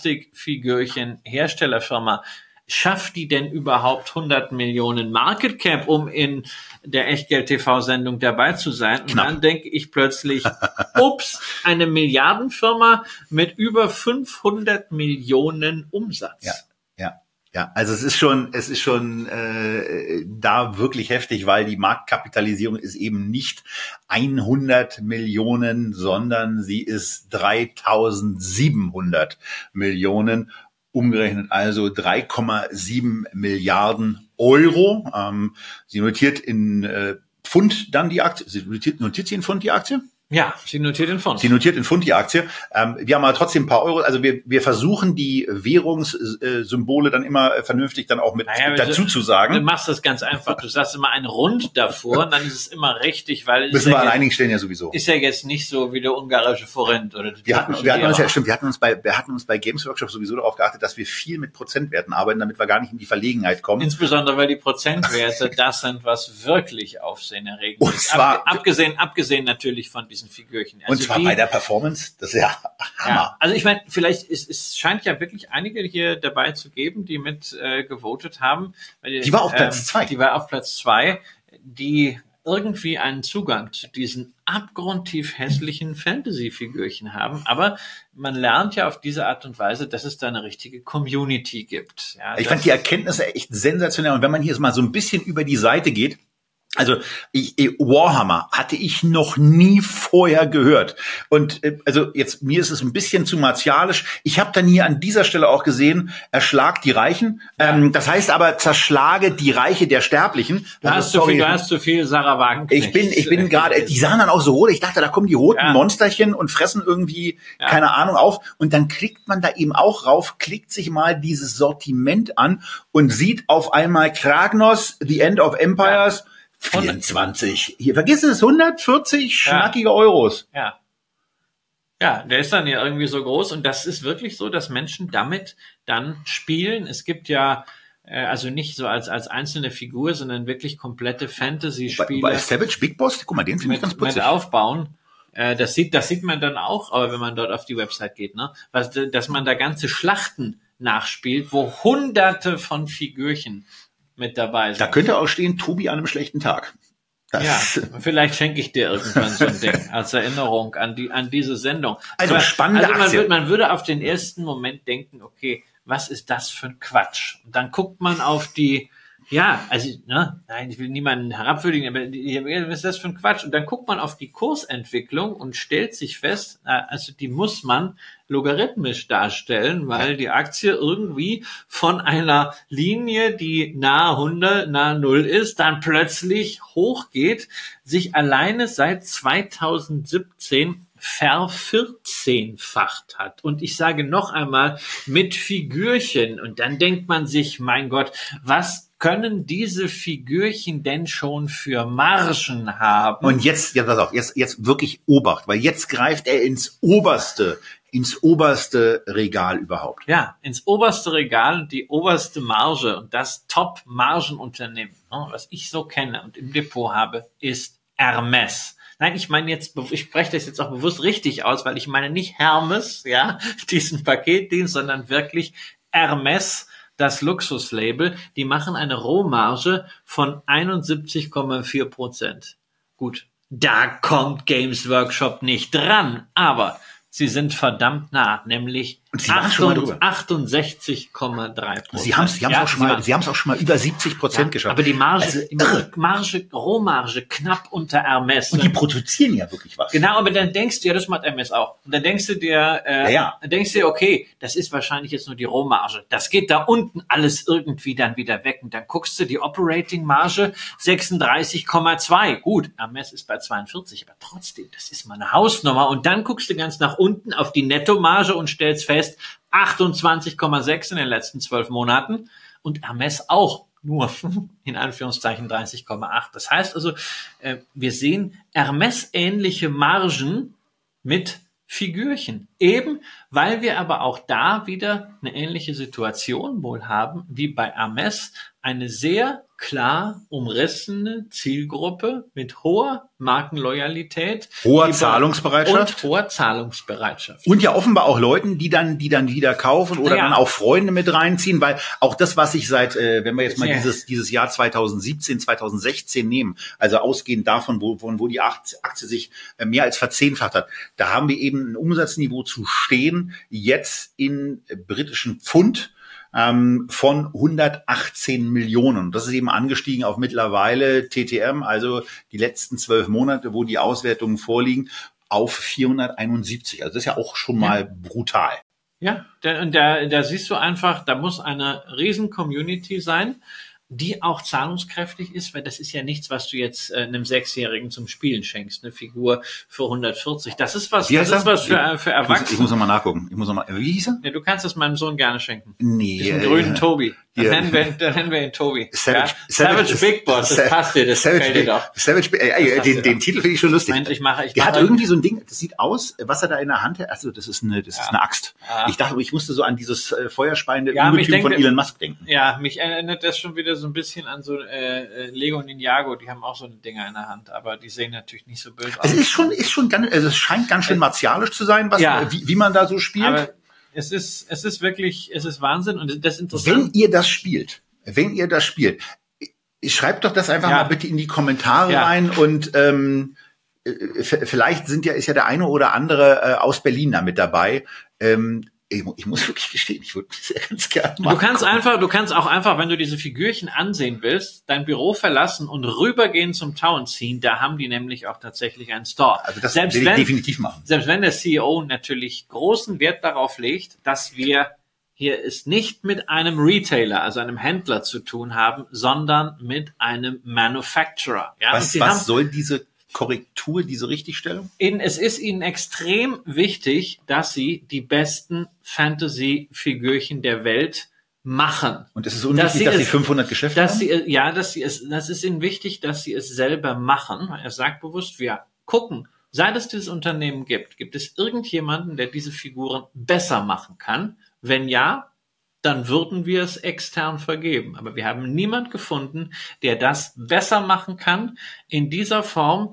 Plastikfigürchen-Herstellerfirma, schafft die denn überhaupt hundert Millionen Market Cap, um in der Echtgeld-T V-Sendung dabei zu sein? Und Knapp. Dann denke ich plötzlich, ups, eine Milliardenfirma mit über fünfhundert Millionen Umsatz. Ja, ja, ja. Also es ist schon, es ist schon äh, da wirklich heftig, weil die Marktkapitalisierung ist eben nicht hundert Millionen, sondern sie ist dreitausendsiebenhundert Millionen. Umgerechnet also drei Komma sieben Milliarden Euro. Ähm, sie notiert in äh, Pfund dann die Aktie. Sie notiert, notiert sie in Pfund die Aktie? Ja, sie notiert in Pfund. Sie notiert in Pfund die Aktie. Ähm, wir haben aber trotzdem ein paar Euro. Also wir, wir versuchen die Währungssymbole dann immer vernünftig dann auch mit naja, dazu du, zu sagen. Du machst das ganz einfach. Du sagst immer ein Rund davor und dann ist es immer richtig, weil es müssen ist wir ja an jetzt, einigen Stellen ja sowieso. Ist ja jetzt nicht so wie der ungarische Forint oder wir hatten, wir hatten uns ja stimmt. Wir hatten uns bei wir hatten uns bei Games Workshop sowieso darauf geachtet, dass wir viel mit Prozentwerten arbeiten, damit wir gar nicht in die Verlegenheit kommen. Insbesondere weil die Prozentwerte das sind, was wirklich Aufsehenerregend und ist. zwar Ab, abgesehen abgesehen natürlich von diesen Figürchen. Also und zwar die, bei der Performance, das ist ja Hammer. Ja, also ich meine, vielleicht ist es scheint ja wirklich einige hier dabei zu geben, die mit äh, gewotet haben. Weil, die war auf Platz ähm, zwei. Die war auf Platz zwei, die irgendwie einen Zugang zu diesen abgrundtief hässlichen Fantasy-Figürchen haben. Aber man lernt ja auf diese Art und Weise, dass es da eine richtige Community gibt. Ja, ich fand die Erkenntnisse echt sensationell. Und wenn man hier mal so ein bisschen über die Seite geht, Also ich, Warhammer hatte ich noch nie vorher gehört. Und äh, also jetzt mir ist es ein bisschen zu martialisch. Ich habe dann hier an dieser Stelle auch gesehen, erschlag die Reichen. Ähm, das heißt aber, zerschlage die Reiche der Sterblichen. Du hast zu viel, du hast zu viel Sarah Wagenknecht. Ich bin, ich bin gerade, die sahen dann auch so rot. Ich dachte, da kommen die roten ja. Monsterchen und fressen irgendwie, ja. keine Ahnung, auf. Und dann klickt man da eben auch rauf, klickt sich mal dieses Sortiment an und sieht auf einmal Kragnos, The End of Empires, ja. vierundzwanzig. Hier, vergiss es, hundertvierzig ja. schnackige Euros. Ja. Ja, der ist dann ja irgendwie so groß und das ist wirklich so, dass Menschen damit dann spielen. Es gibt ja, äh, also nicht so als als einzelne Figur, sondern wirklich komplette Fantasy-Spiele. Bei, bei Savage Big Boss, guck mal, den finde ich ganz putzig. Mit aufbauen. Äh, das sieht, das sieht man dann auch, aber wenn man dort auf die Website geht, ne, was, dass man da ganze Schlachten nachspielt, wo hunderte von Figürchen mit dabei sind. Da könnte auch stehen, Tobi an einem schlechten Tag. Das ja, vielleicht schenke ich dir irgendwann so ein Ding als Erinnerung an die an diese Sendung. Also Aber, spannende also man Aktie. Würde, man würde auf den ersten Moment denken, okay, was ist das für ein Quatsch? Und dann guckt man auf die, ja, also, ne, nein, ich will niemanden herabwürdigen, aber die, was ist das für ein Quatsch? Und dann guckt man auf die Kursentwicklung und stellt sich fest, also die muss man logarithmisch darstellen, weil die Aktie irgendwie von einer Linie, die nahe hundert, nahe null ist, dann plötzlich hochgeht, sich alleine seit zweitausendsiebzehn vervierzehnfacht hat. Und ich sage noch einmal, mit Figürchen. Und dann denkt man sich, mein Gott, was können diese Figürchen denn schon für Margen haben? Und jetzt, ja, pass auf, jetzt, jetzt wirklich Obacht, weil jetzt greift er ins oberste, ins oberste Regal überhaupt. Ja, ins oberste Regal, die oberste Marge und das Top-Margenunternehmen, was ich so kenne und im Depot habe, ist Hermes. Nein, ich meine jetzt, ich spreche das jetzt auch bewusst richtig aus, weil ich meine nicht Hermes, ja, diesen Paketdienst, sondern wirklich Hermes, das Luxuslabel. Die machen eine Rohmarge von einundsiebzig Komma vier Prozent. Gut, da kommt Games Workshop nicht dran, aber sie sind verdammt nah, nämlich achtundsechzig Komma drei Prozent. Sie haben es, Sie haben es ja, auch schon mal, Sie haben es auch schon mal über siebzig Prozent ja, geschafft. Aber die Marge, also, die Marge, Rohmarge knapp unter Hermes. Und die produzieren ja wirklich was. Genau, aber dann denkst du, ja, das macht Hermes auch. Und dann denkst du dir, äh, ja, ja. dann denkst du dir, okay, das ist wahrscheinlich jetzt nur die Rohmarge. Das geht da unten alles irgendwie dann wieder weg. Und dann guckst du die Operating Marge sechsunddreißig Komma zwei. Gut, Hermes ist bei zweiundvierzig, aber trotzdem, das ist mal eine Hausnummer. Und dann guckst du ganz nach unten auf die Nettomarge und stellst fest, achtundzwanzig Komma sechs in den letzten zwölf Monaten und Hermes auch nur in Anführungszeichen dreißig Komma acht. Das heißt also, äh, wir sehen Hermes-ähnliche Margen mit Figürchen. Eben, weil wir aber auch da wieder eine ähnliche Situation wohl haben wie bei Hermes, eine sehr klar umrissene Zielgruppe mit hoher Markenloyalität, hoher Zahlungsbereitschaft und hoher Zahlungsbereitschaft. Und ja offenbar auch Leuten, die dann die dann wieder kaufen oder ja. dann auch Freunde mit reinziehen, weil auch das, was ich seit, äh, wenn wir jetzt mal ja. dieses dieses Jahr zweitausendsiebzehn, zweitausendsechzehn nehmen, also ausgehend davon, wo von wo die Aktie sich äh, mehr als verzehnfacht hat, da haben wir eben ein Umsatzniveau zu stehen, jetzt in äh, britischen Pfund, von hundertachtzehn Millionen. Das ist eben angestiegen auf mittlerweile T T M, also die letzten zwölf Monate, wo die Auswertungen vorliegen, auf vierhunderteinundsiebzig. Also das ist ja auch schon mal ja. brutal. Ja, da, da, da siehst du einfach, da muss eine riesen Community sein, die auch zahlungskräftig ist, weil das ist ja nichts, was du jetzt äh, einem Sechsjährigen zum Spielen schenkst, eine Figur für hundertvierzig. Das ist was, das ist was für, für Erwachsene. Ich muss noch mal nachgucken. Ich muss noch mal, wie hieß er? Ja, du kannst es meinem Sohn gerne schenken. Nee. Diesen grünen äh, Tobi. Dann, ja. nennen wir, dann nennen wir ihn Tobi. Savage, ja? Savage, Savage Big Boss, das passt dir, das Savage gefällt dir doch. Savage, äh, äh, den, den Titel finde ich schon lustig. Mensch, ich mache, ich der mache hat irgendwie so ein Ding, das sieht aus, was er da in der Hand hat, also das ist eine, das ja. ist eine Axt. Ja. Ich dachte, ich musste so an dieses äh, feuerspeiende ja, Ungetüm von Elon Musk denken. Ja, mich erinnert das schon wieder so ein bisschen an so äh, Lego und Ninjago, die haben auch so eine Dinger in der Hand, aber die sehen natürlich nicht so böse aus. Es ist schon, ist schon ganz, also es scheint ganz schön martialisch zu sein, was, ja. wie, wie man da so spielt. Aber es ist, es ist wirklich, es ist Wahnsinn und das ist interessant. Wenn ihr das spielt, wenn ihr das spielt, schreibt doch das einfach ja. mal bitte in die Kommentare ja. rein und ähm, vielleicht sind ja ist ja der eine oder andere äh, aus Berlin da mit dabei. Ähm, ich, ich muss wirklich gestehen, ich würde das sehr ganz gerne machen. Du kannst einfach, du kannst auch einfach, wenn du diese Figürchen ansehen willst, dein Büro verlassen und rübergehen zum Town ziehen. Da haben die nämlich auch tatsächlich einen Store. Also das selbst will ich wenn, definitiv machen. Selbst wenn der C E O natürlich großen Wert darauf legt, dass wir hier es nicht mit einem Retailer, also einem Händler zu tun haben, sondern mit einem Manufacturer. Ja? Was, was soll diese Korrektur, diese Richtigstellung? In, es ist ihnen extrem wichtig, dass sie die besten Fantasy-Figürchen der Welt machen. Und es ist unwichtig, dass sie, dass sie es, fünfhundert Geschäfte dass haben? Sie, ja, dass sie es, das ist ihnen wichtig, dass sie es selber machen. Er sagt bewusst, wir gucken, seit es dieses Unternehmen gibt, gibt es irgendjemanden, der diese Figuren besser machen kann? Wenn ja, dann würden wir es extern vergeben. Aber wir haben niemand gefunden, der das besser machen kann, in dieser Form,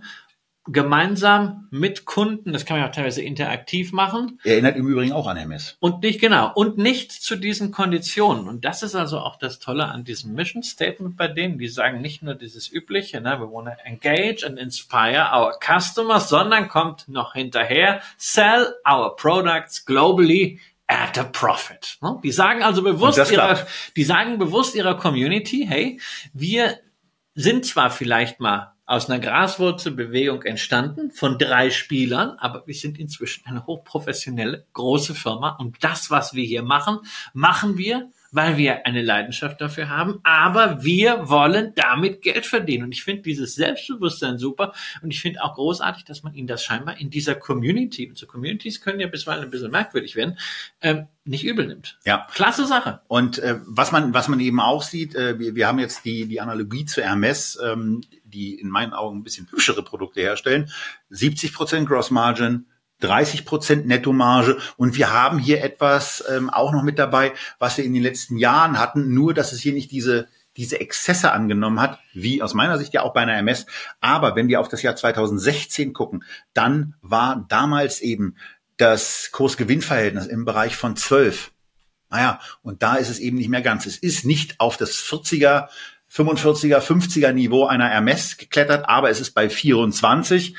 gemeinsam mit Kunden, das kann man ja auch teilweise interaktiv machen. Erinnert im Übrigen auch an Hermes. Und nicht, genau, und nicht zu diesen Konditionen. Und das ist also auch das Tolle an diesem Mission Statement bei denen, die sagen nicht nur dieses Übliche, ne, we want to engage and inspire our customers, sondern kommt noch hinterher, sell our products globally at a profit. Die sagen also bewusst ihrer, die sagen bewusst ihrer Community, hey, wir sind zwar vielleicht mal aus einer Graswurzelbewegung entstanden, von drei Spielern, aber wir sind inzwischen eine hochprofessionelle, große Firma und das, was wir hier machen, machen wir, weil wir eine Leidenschaft dafür haben, aber wir wollen damit Geld verdienen. Und ich finde dieses Selbstbewusstsein super und ich finde auch großartig, dass man ihnen das scheinbar in dieser Community, und so Communities können ja bisweilen ein bisschen merkwürdig werden, ähm, nicht übel nimmt. Ja. Klasse Sache. Und äh, was man was man eben auch sieht, äh, wir, wir haben jetzt die die Analogie zu Hermes, ähm, die in meinen Augen ein bisschen hübschere Produkte herstellen, siebzig Prozent Gross Margin, dreißig Prozent Nettomarge und wir haben hier etwas ähm, auch noch mit dabei, was wir in den letzten Jahren hatten, nur dass es hier nicht diese diese Exzesse angenommen hat, wie aus meiner Sicht ja auch bei einer Hermes. Aber wenn wir auf das Jahr zweitausendsechzehn gucken, dann war damals eben das Kurs-Gewinn-Verhältnis im Bereich von zwölf. Naja, und da ist es eben nicht mehr ganz. Es ist nicht auf das vierziger, fünfundvierziger, fünfziger Niveau einer Hermes geklettert, aber es ist bei vierundzwanzig.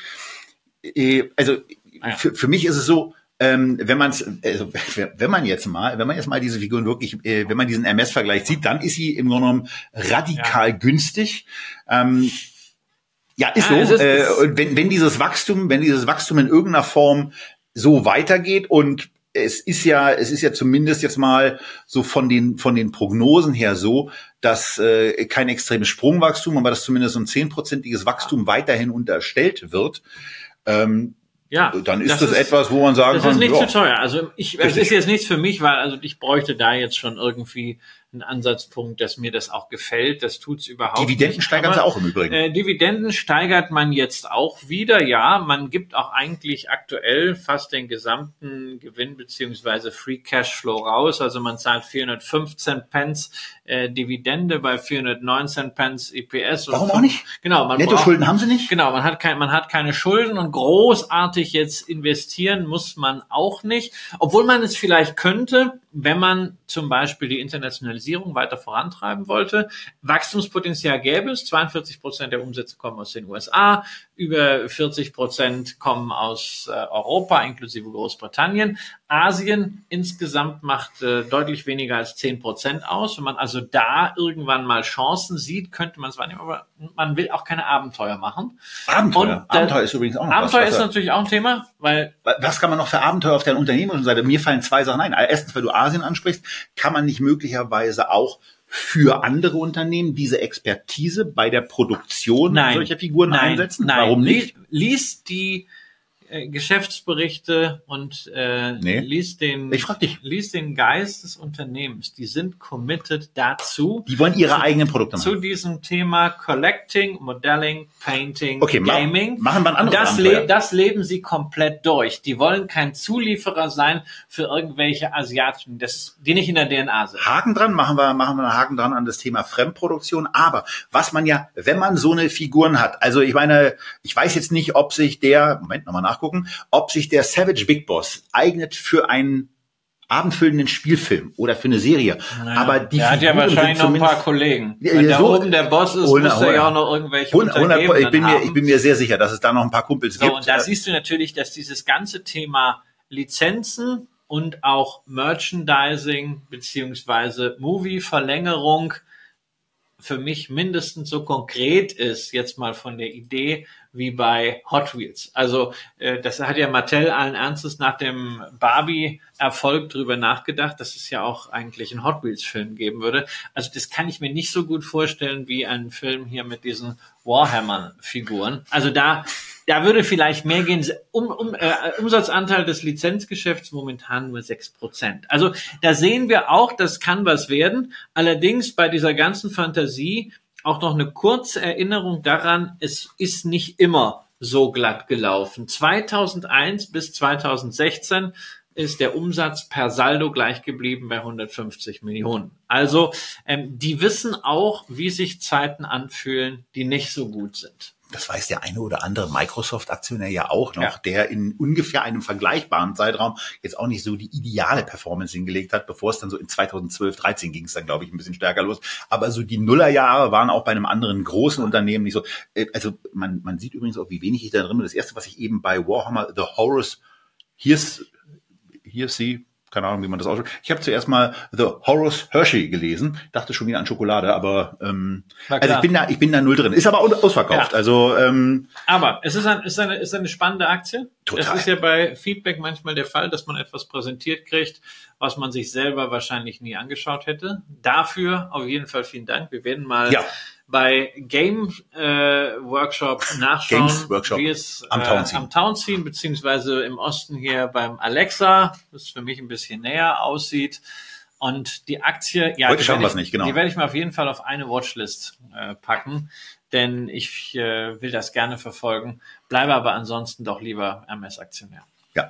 Also für, für mich ist es so, ähm, wenn man es, also wenn man jetzt mal, wenn man jetzt mal diese Figuren wirklich, äh, wenn man diesen Hermes-Vergleich sieht, dann ist sie im Grunde genommen radikal ja. günstig. Ähm, ja, ist ja, so. Ist, äh, und wenn, wenn dieses Wachstum, wenn dieses Wachstum in irgendeiner Form so weitergeht und es ist ja, es ist ja zumindest jetzt mal so von den von den Prognosen her so, dass äh, kein extremes Sprungwachstum, aber dass zumindest ein zehnprozentiges Wachstum weiterhin unterstellt wird. Ähm, Ja, dann ist das, das ist, etwas, wo man sagen das kann, das ist nicht ja, zu teuer. Also ich, es ist jetzt nichts für mich, weil also ich bräuchte da jetzt schon irgendwie einen Ansatzpunkt, dass mir das auch gefällt. Das tut's überhaupt Dividenden nicht. steigern Aber, sie auch im Übrigen. Äh, Dividenden steigert man jetzt auch wieder. Ja, man gibt auch eigentlich aktuell fast den gesamten Gewinn beziehungsweise Free Cashflow raus. Also man zahlt vierhundertfünfzehn Pence äh, Dividende bei vierhundertneunzehn Pence E P S. Warum auch nicht? Genau, man Nettoschulden braucht, haben sie nicht? Genau, man hat kein, man hat keine Schulden und großartig jetzt investieren muss man auch nicht, obwohl man es vielleicht könnte, wenn man zum Beispiel die Internationalisierung weiter vorantreiben wollte. Wachstumspotenzial gäbe es, zweiundvierzig Prozent der Umsätze kommen aus den U S A, über vierzig Prozent kommen aus äh, Europa, inklusive Großbritannien. Asien insgesamt macht äh, deutlich weniger als zehn Prozent aus. Wenn man also da irgendwann mal Chancen sieht, könnte man es wahrnehmen, aber man will auch keine Abenteuer machen. Abenteuer? Und, äh, Abenteuer ist übrigens auch noch Abenteuer was. ist natürlich auch ein Thema, weil... Was kann man noch für Abenteuer auf der unternehmerischen Seite? Mir fallen zwei Sachen ein. Erstens, weil du Asien ansprichst, kann man nicht möglicherweise auch für andere Unternehmen diese Expertise bei der Produktion nein, solcher Figuren nein, einsetzen? Nein. Warum nicht? Lies die äh, Geschäftsberichte und äh, nee. lies den ich frag dich. lies den Geist des Unternehmens. Die sind committed dazu. Die wollen ihre zu, eigenen Produkte machen. Zu diesem Thema Collecting, Modelling, Painting, okay, Gaming. Machen wir ein anderes das, le- das leben sie komplett durch. Die wollen kein Zulieferer sein für irgendwelche Asiaten, das ist, die nicht in der D N A sind. Haken dran, machen wir, machen wir einen Haken dran an das Thema Fremdproduktion. Aber was man ja, wenn man so eine Figuren hat, also ich meine, ich weiß jetzt nicht, ob sich der, Moment, nochmal nachgucken, ob sich der Savage Big Boss eignet für einen abendfüllenden Spielfilm oder für eine Serie. Naja, aber die er hat ja wahrscheinlich noch ein paar Kollegen. Wenn ja, da so, oben der Boss ist, hundert, muss er ja auch noch irgendwelche hundert, Unternehmen ich bin mir, haben. ich bin mir sehr sicher, dass es da noch ein paar Kumpels so, gibt. Und da siehst du natürlich, dass dieses ganze Thema Lizenzen und auch Merchandising beziehungsweise Movie-Verlängerung für mich mindestens so konkret ist, jetzt mal von der Idee, wie bei Hot Wheels. Also äh, das hat ja Mattel allen Ernstes nach dem Barbie-Erfolg drüber nachgedacht, dass es ja auch eigentlich einen Hot Wheels-Film geben würde. Also das kann ich mir nicht so gut vorstellen wie einen Film hier mit diesen Warhammer-Figuren. Also da da würde vielleicht mehr gehen. Um, um, äh, Umsatzanteil des Lizenzgeschäfts momentan nur sechs Prozent. Also da sehen wir auch, das kann was werden. Allerdings bei dieser ganzen Fantasie auch noch eine kurze Erinnerung daran, es ist nicht immer so glatt gelaufen. zweitausendeins bis zweitausendsechzehn ist der Umsatz per Saldo gleich geblieben bei hundertfünfzig Millionen. Also ähm, die wissen auch, wie sich Zeiten anfühlen, die nicht so gut sind. Das weiß der eine oder andere Microsoft-Aktionär ja auch noch, Ja. der in ungefähr einem vergleichbaren Zeitraum jetzt auch nicht so die ideale Performance hingelegt hat, bevor es dann so in zweitausendzwölf, dreizehn ging es dann, glaube ich, ein bisschen stärker los. Aber so die Nullerjahre waren auch bei einem anderen großen Unternehmen nicht so. Also man, man sieht übrigens auch, wie wenig ich da drin bin. Das erste, was ich eben bei Warhammer The Horus, here's, here's the, keine Ahnung, wie man das ausspricht. Ich habe zuerst mal The Horus Hershey gelesen, dachte schon wieder an Schokolade, aber ähm, also ich bin da, ich bin da null drin. Ist aber ausverkauft. Ja. Also ähm, Aber es ist, ein, ist, eine, ist eine spannende Aktie. Total. Das ist ja bei Feedback manchmal der Fall, dass man etwas präsentiert kriegt, was man sich selber wahrscheinlich nie angeschaut hätte. Dafür auf jeden Fall vielen Dank. Wir werden mal ja. bei Game äh, Workshop nachschauen, Games Workshop wie es am äh, Townsend. am Townsend beziehungsweise im Osten hier beim Alexa, das für mich ein bisschen näher aussieht. Und die Aktie, ja, Heute die schauen werde wir es ich- nicht, genau. Die werde ich mir auf jeden Fall auf eine Watchlist äh, packen, denn ich äh, will das gerne verfolgen, bleibe aber ansonsten doch lieber M S-Aktionär. Ja.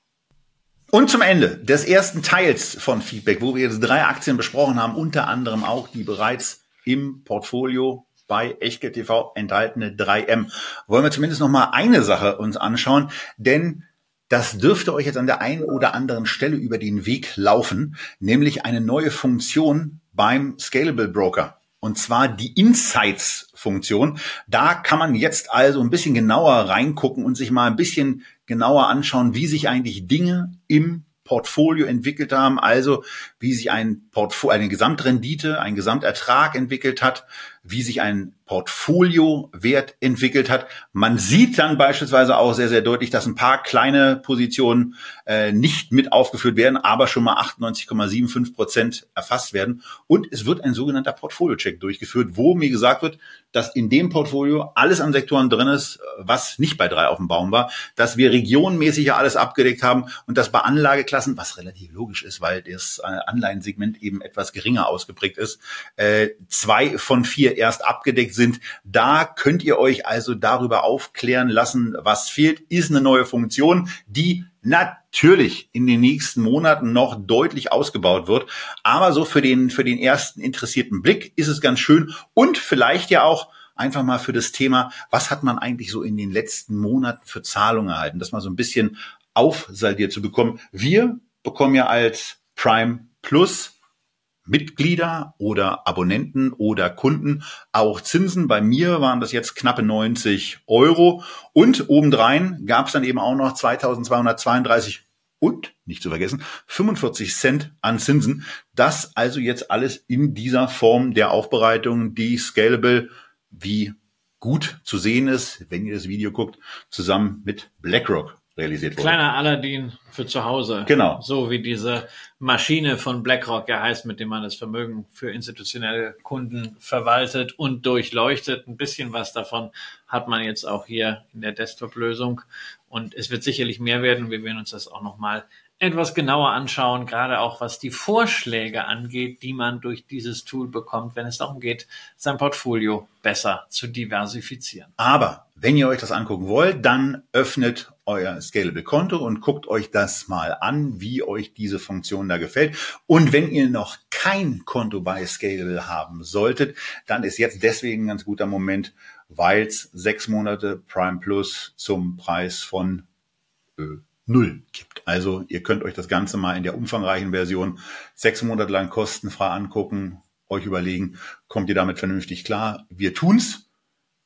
Und zum Ende des ersten Teils von Feedback, wo wir jetzt drei Aktien besprochen haben, unter anderem auch die bereits im Portfolio bei Echtgeld T V enthaltene drei M, wollen wir zumindest noch mal eine Sache uns anschauen, denn das dürfte euch jetzt an der einen oder anderen Stelle über den Weg laufen, nämlich eine neue Funktion beim Scalable Broker. Und zwar die Insights-Funktion. Da kann man jetzt also ein bisschen genauer reingucken und sich mal ein bisschen genauer anschauen, wie sich eigentlich Dinge im Portfolio entwickelt haben, also wie sich ein Portfolio, eine Gesamtrendite, ein Gesamtertrag entwickelt hat, wie sich ein Portfoliowert entwickelt hat. Man sieht dann beispielsweise auch sehr, sehr deutlich, dass ein paar kleine Positionen äh, nicht mit aufgeführt werden, aber schon mal achtundneunzig Komma fünfundsiebzig Prozent erfasst werden. Und es wird ein sogenannter Portfolio-Check durchgeführt, wo mir gesagt wird, dass in dem Portfolio alles an Sektoren drin ist, was nicht bei drei auf dem Baum war, dass wir regionenmäßig ja alles abgedeckt haben und dass bei Anlageklassen, was relativ logisch ist, weil das äh, Anleihensegment eben etwas geringer ausgeprägt ist, äh, zwei von vier erst abgedeckt sind. Da könnt ihr euch also darüber aufklären lassen, was fehlt, ist eine neue Funktion, die natürlich in den nächsten Monaten noch deutlich ausgebaut wird. Aber so für den, für den ersten interessierten Blick ist es ganz schön und vielleicht ja auch einfach mal für das Thema, was hat man eigentlich so in den letzten Monaten für Zahlungen erhalten, das mal so ein bisschen aufsaldiert zu bekommen. Wir bekommen ja als Prime Plus Mitglieder oder Abonnenten oder Kunden auch Zinsen. Bei mir waren das jetzt knappe neunzig Euro. Und obendrein gab es dann eben auch noch zweitausendzweihundertzweiunddreißig und, nicht zu vergessen, fünfundvierzig Cent an Zinsen. Das also jetzt alles in dieser Form der Aufbereitung, die Scalable, wie gut zu sehen ist, wenn ihr das Video guckt, zusammen mit BlackRock realisiert wurde. Kleiner Aladdin für zu Hause. Genau. So wie diese Maschine von BlackRock ja heißt, mit dem man das Vermögen für institutionelle Kunden verwaltet und durchleuchtet. Ein bisschen was davon hat man jetzt auch hier in der Desktop-Lösung. Und es wird sicherlich mehr werden. Wir werden uns das auch nochmal etwas genauer anschauen, gerade auch was die Vorschläge angeht, die man durch dieses Tool bekommt, wenn es darum geht, sein Portfolio besser zu diversifizieren. Aber wenn ihr euch das angucken wollt, dann öffnet euer Scalable-Konto und guckt euch das mal an, wie euch diese Funktion da gefällt. Und wenn ihr noch kein Konto bei Scalable haben solltet, dann ist jetzt deswegen ein ganz guter Moment, weil es sechs Monate Prime Plus zum Preis von äh, null gibt. Also ihr könnt euch das Ganze mal in der umfangreichen Version sechs Monate lang kostenfrei angucken, euch überlegen, kommt ihr damit vernünftig klar? Wir tun's.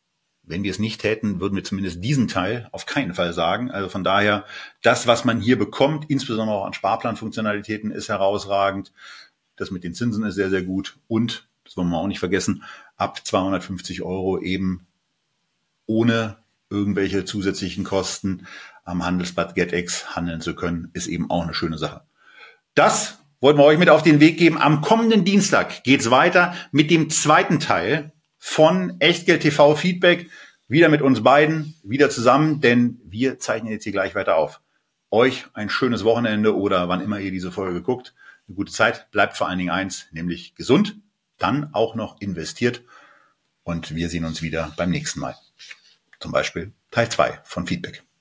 wenn wir es nicht täten, würden wir zumindest diesen Teil auf keinen Fall sagen. Also von daher, das, was man hier bekommt, insbesondere auch an Sparplanfunktionalitäten, ist herausragend. Das mit den Zinsen ist sehr, sehr gut. Und, das wollen wir auch nicht vergessen, ab zweihundertfünfzig Euro eben ohne irgendwelche zusätzlichen Kosten am Handelsblatt GetEx handeln zu können, ist eben auch eine schöne Sache. Das wollten wir euch mit auf den Weg geben. Am kommenden Dienstag geht's weiter mit dem zweiten Teil von Echtgeld T V Feedback. Wieder mit uns beiden, wieder zusammen, denn wir zeichnen jetzt hier gleich weiter auf. Euch ein schönes Wochenende oder wann immer ihr diese Folge guckt. Eine gute Zeit. Bleibt vor allen Dingen eins, nämlich gesund, dann auch noch investiert. Und wir sehen uns wieder beim nächsten Mal. Zum Beispiel Teil zwei von Feedback.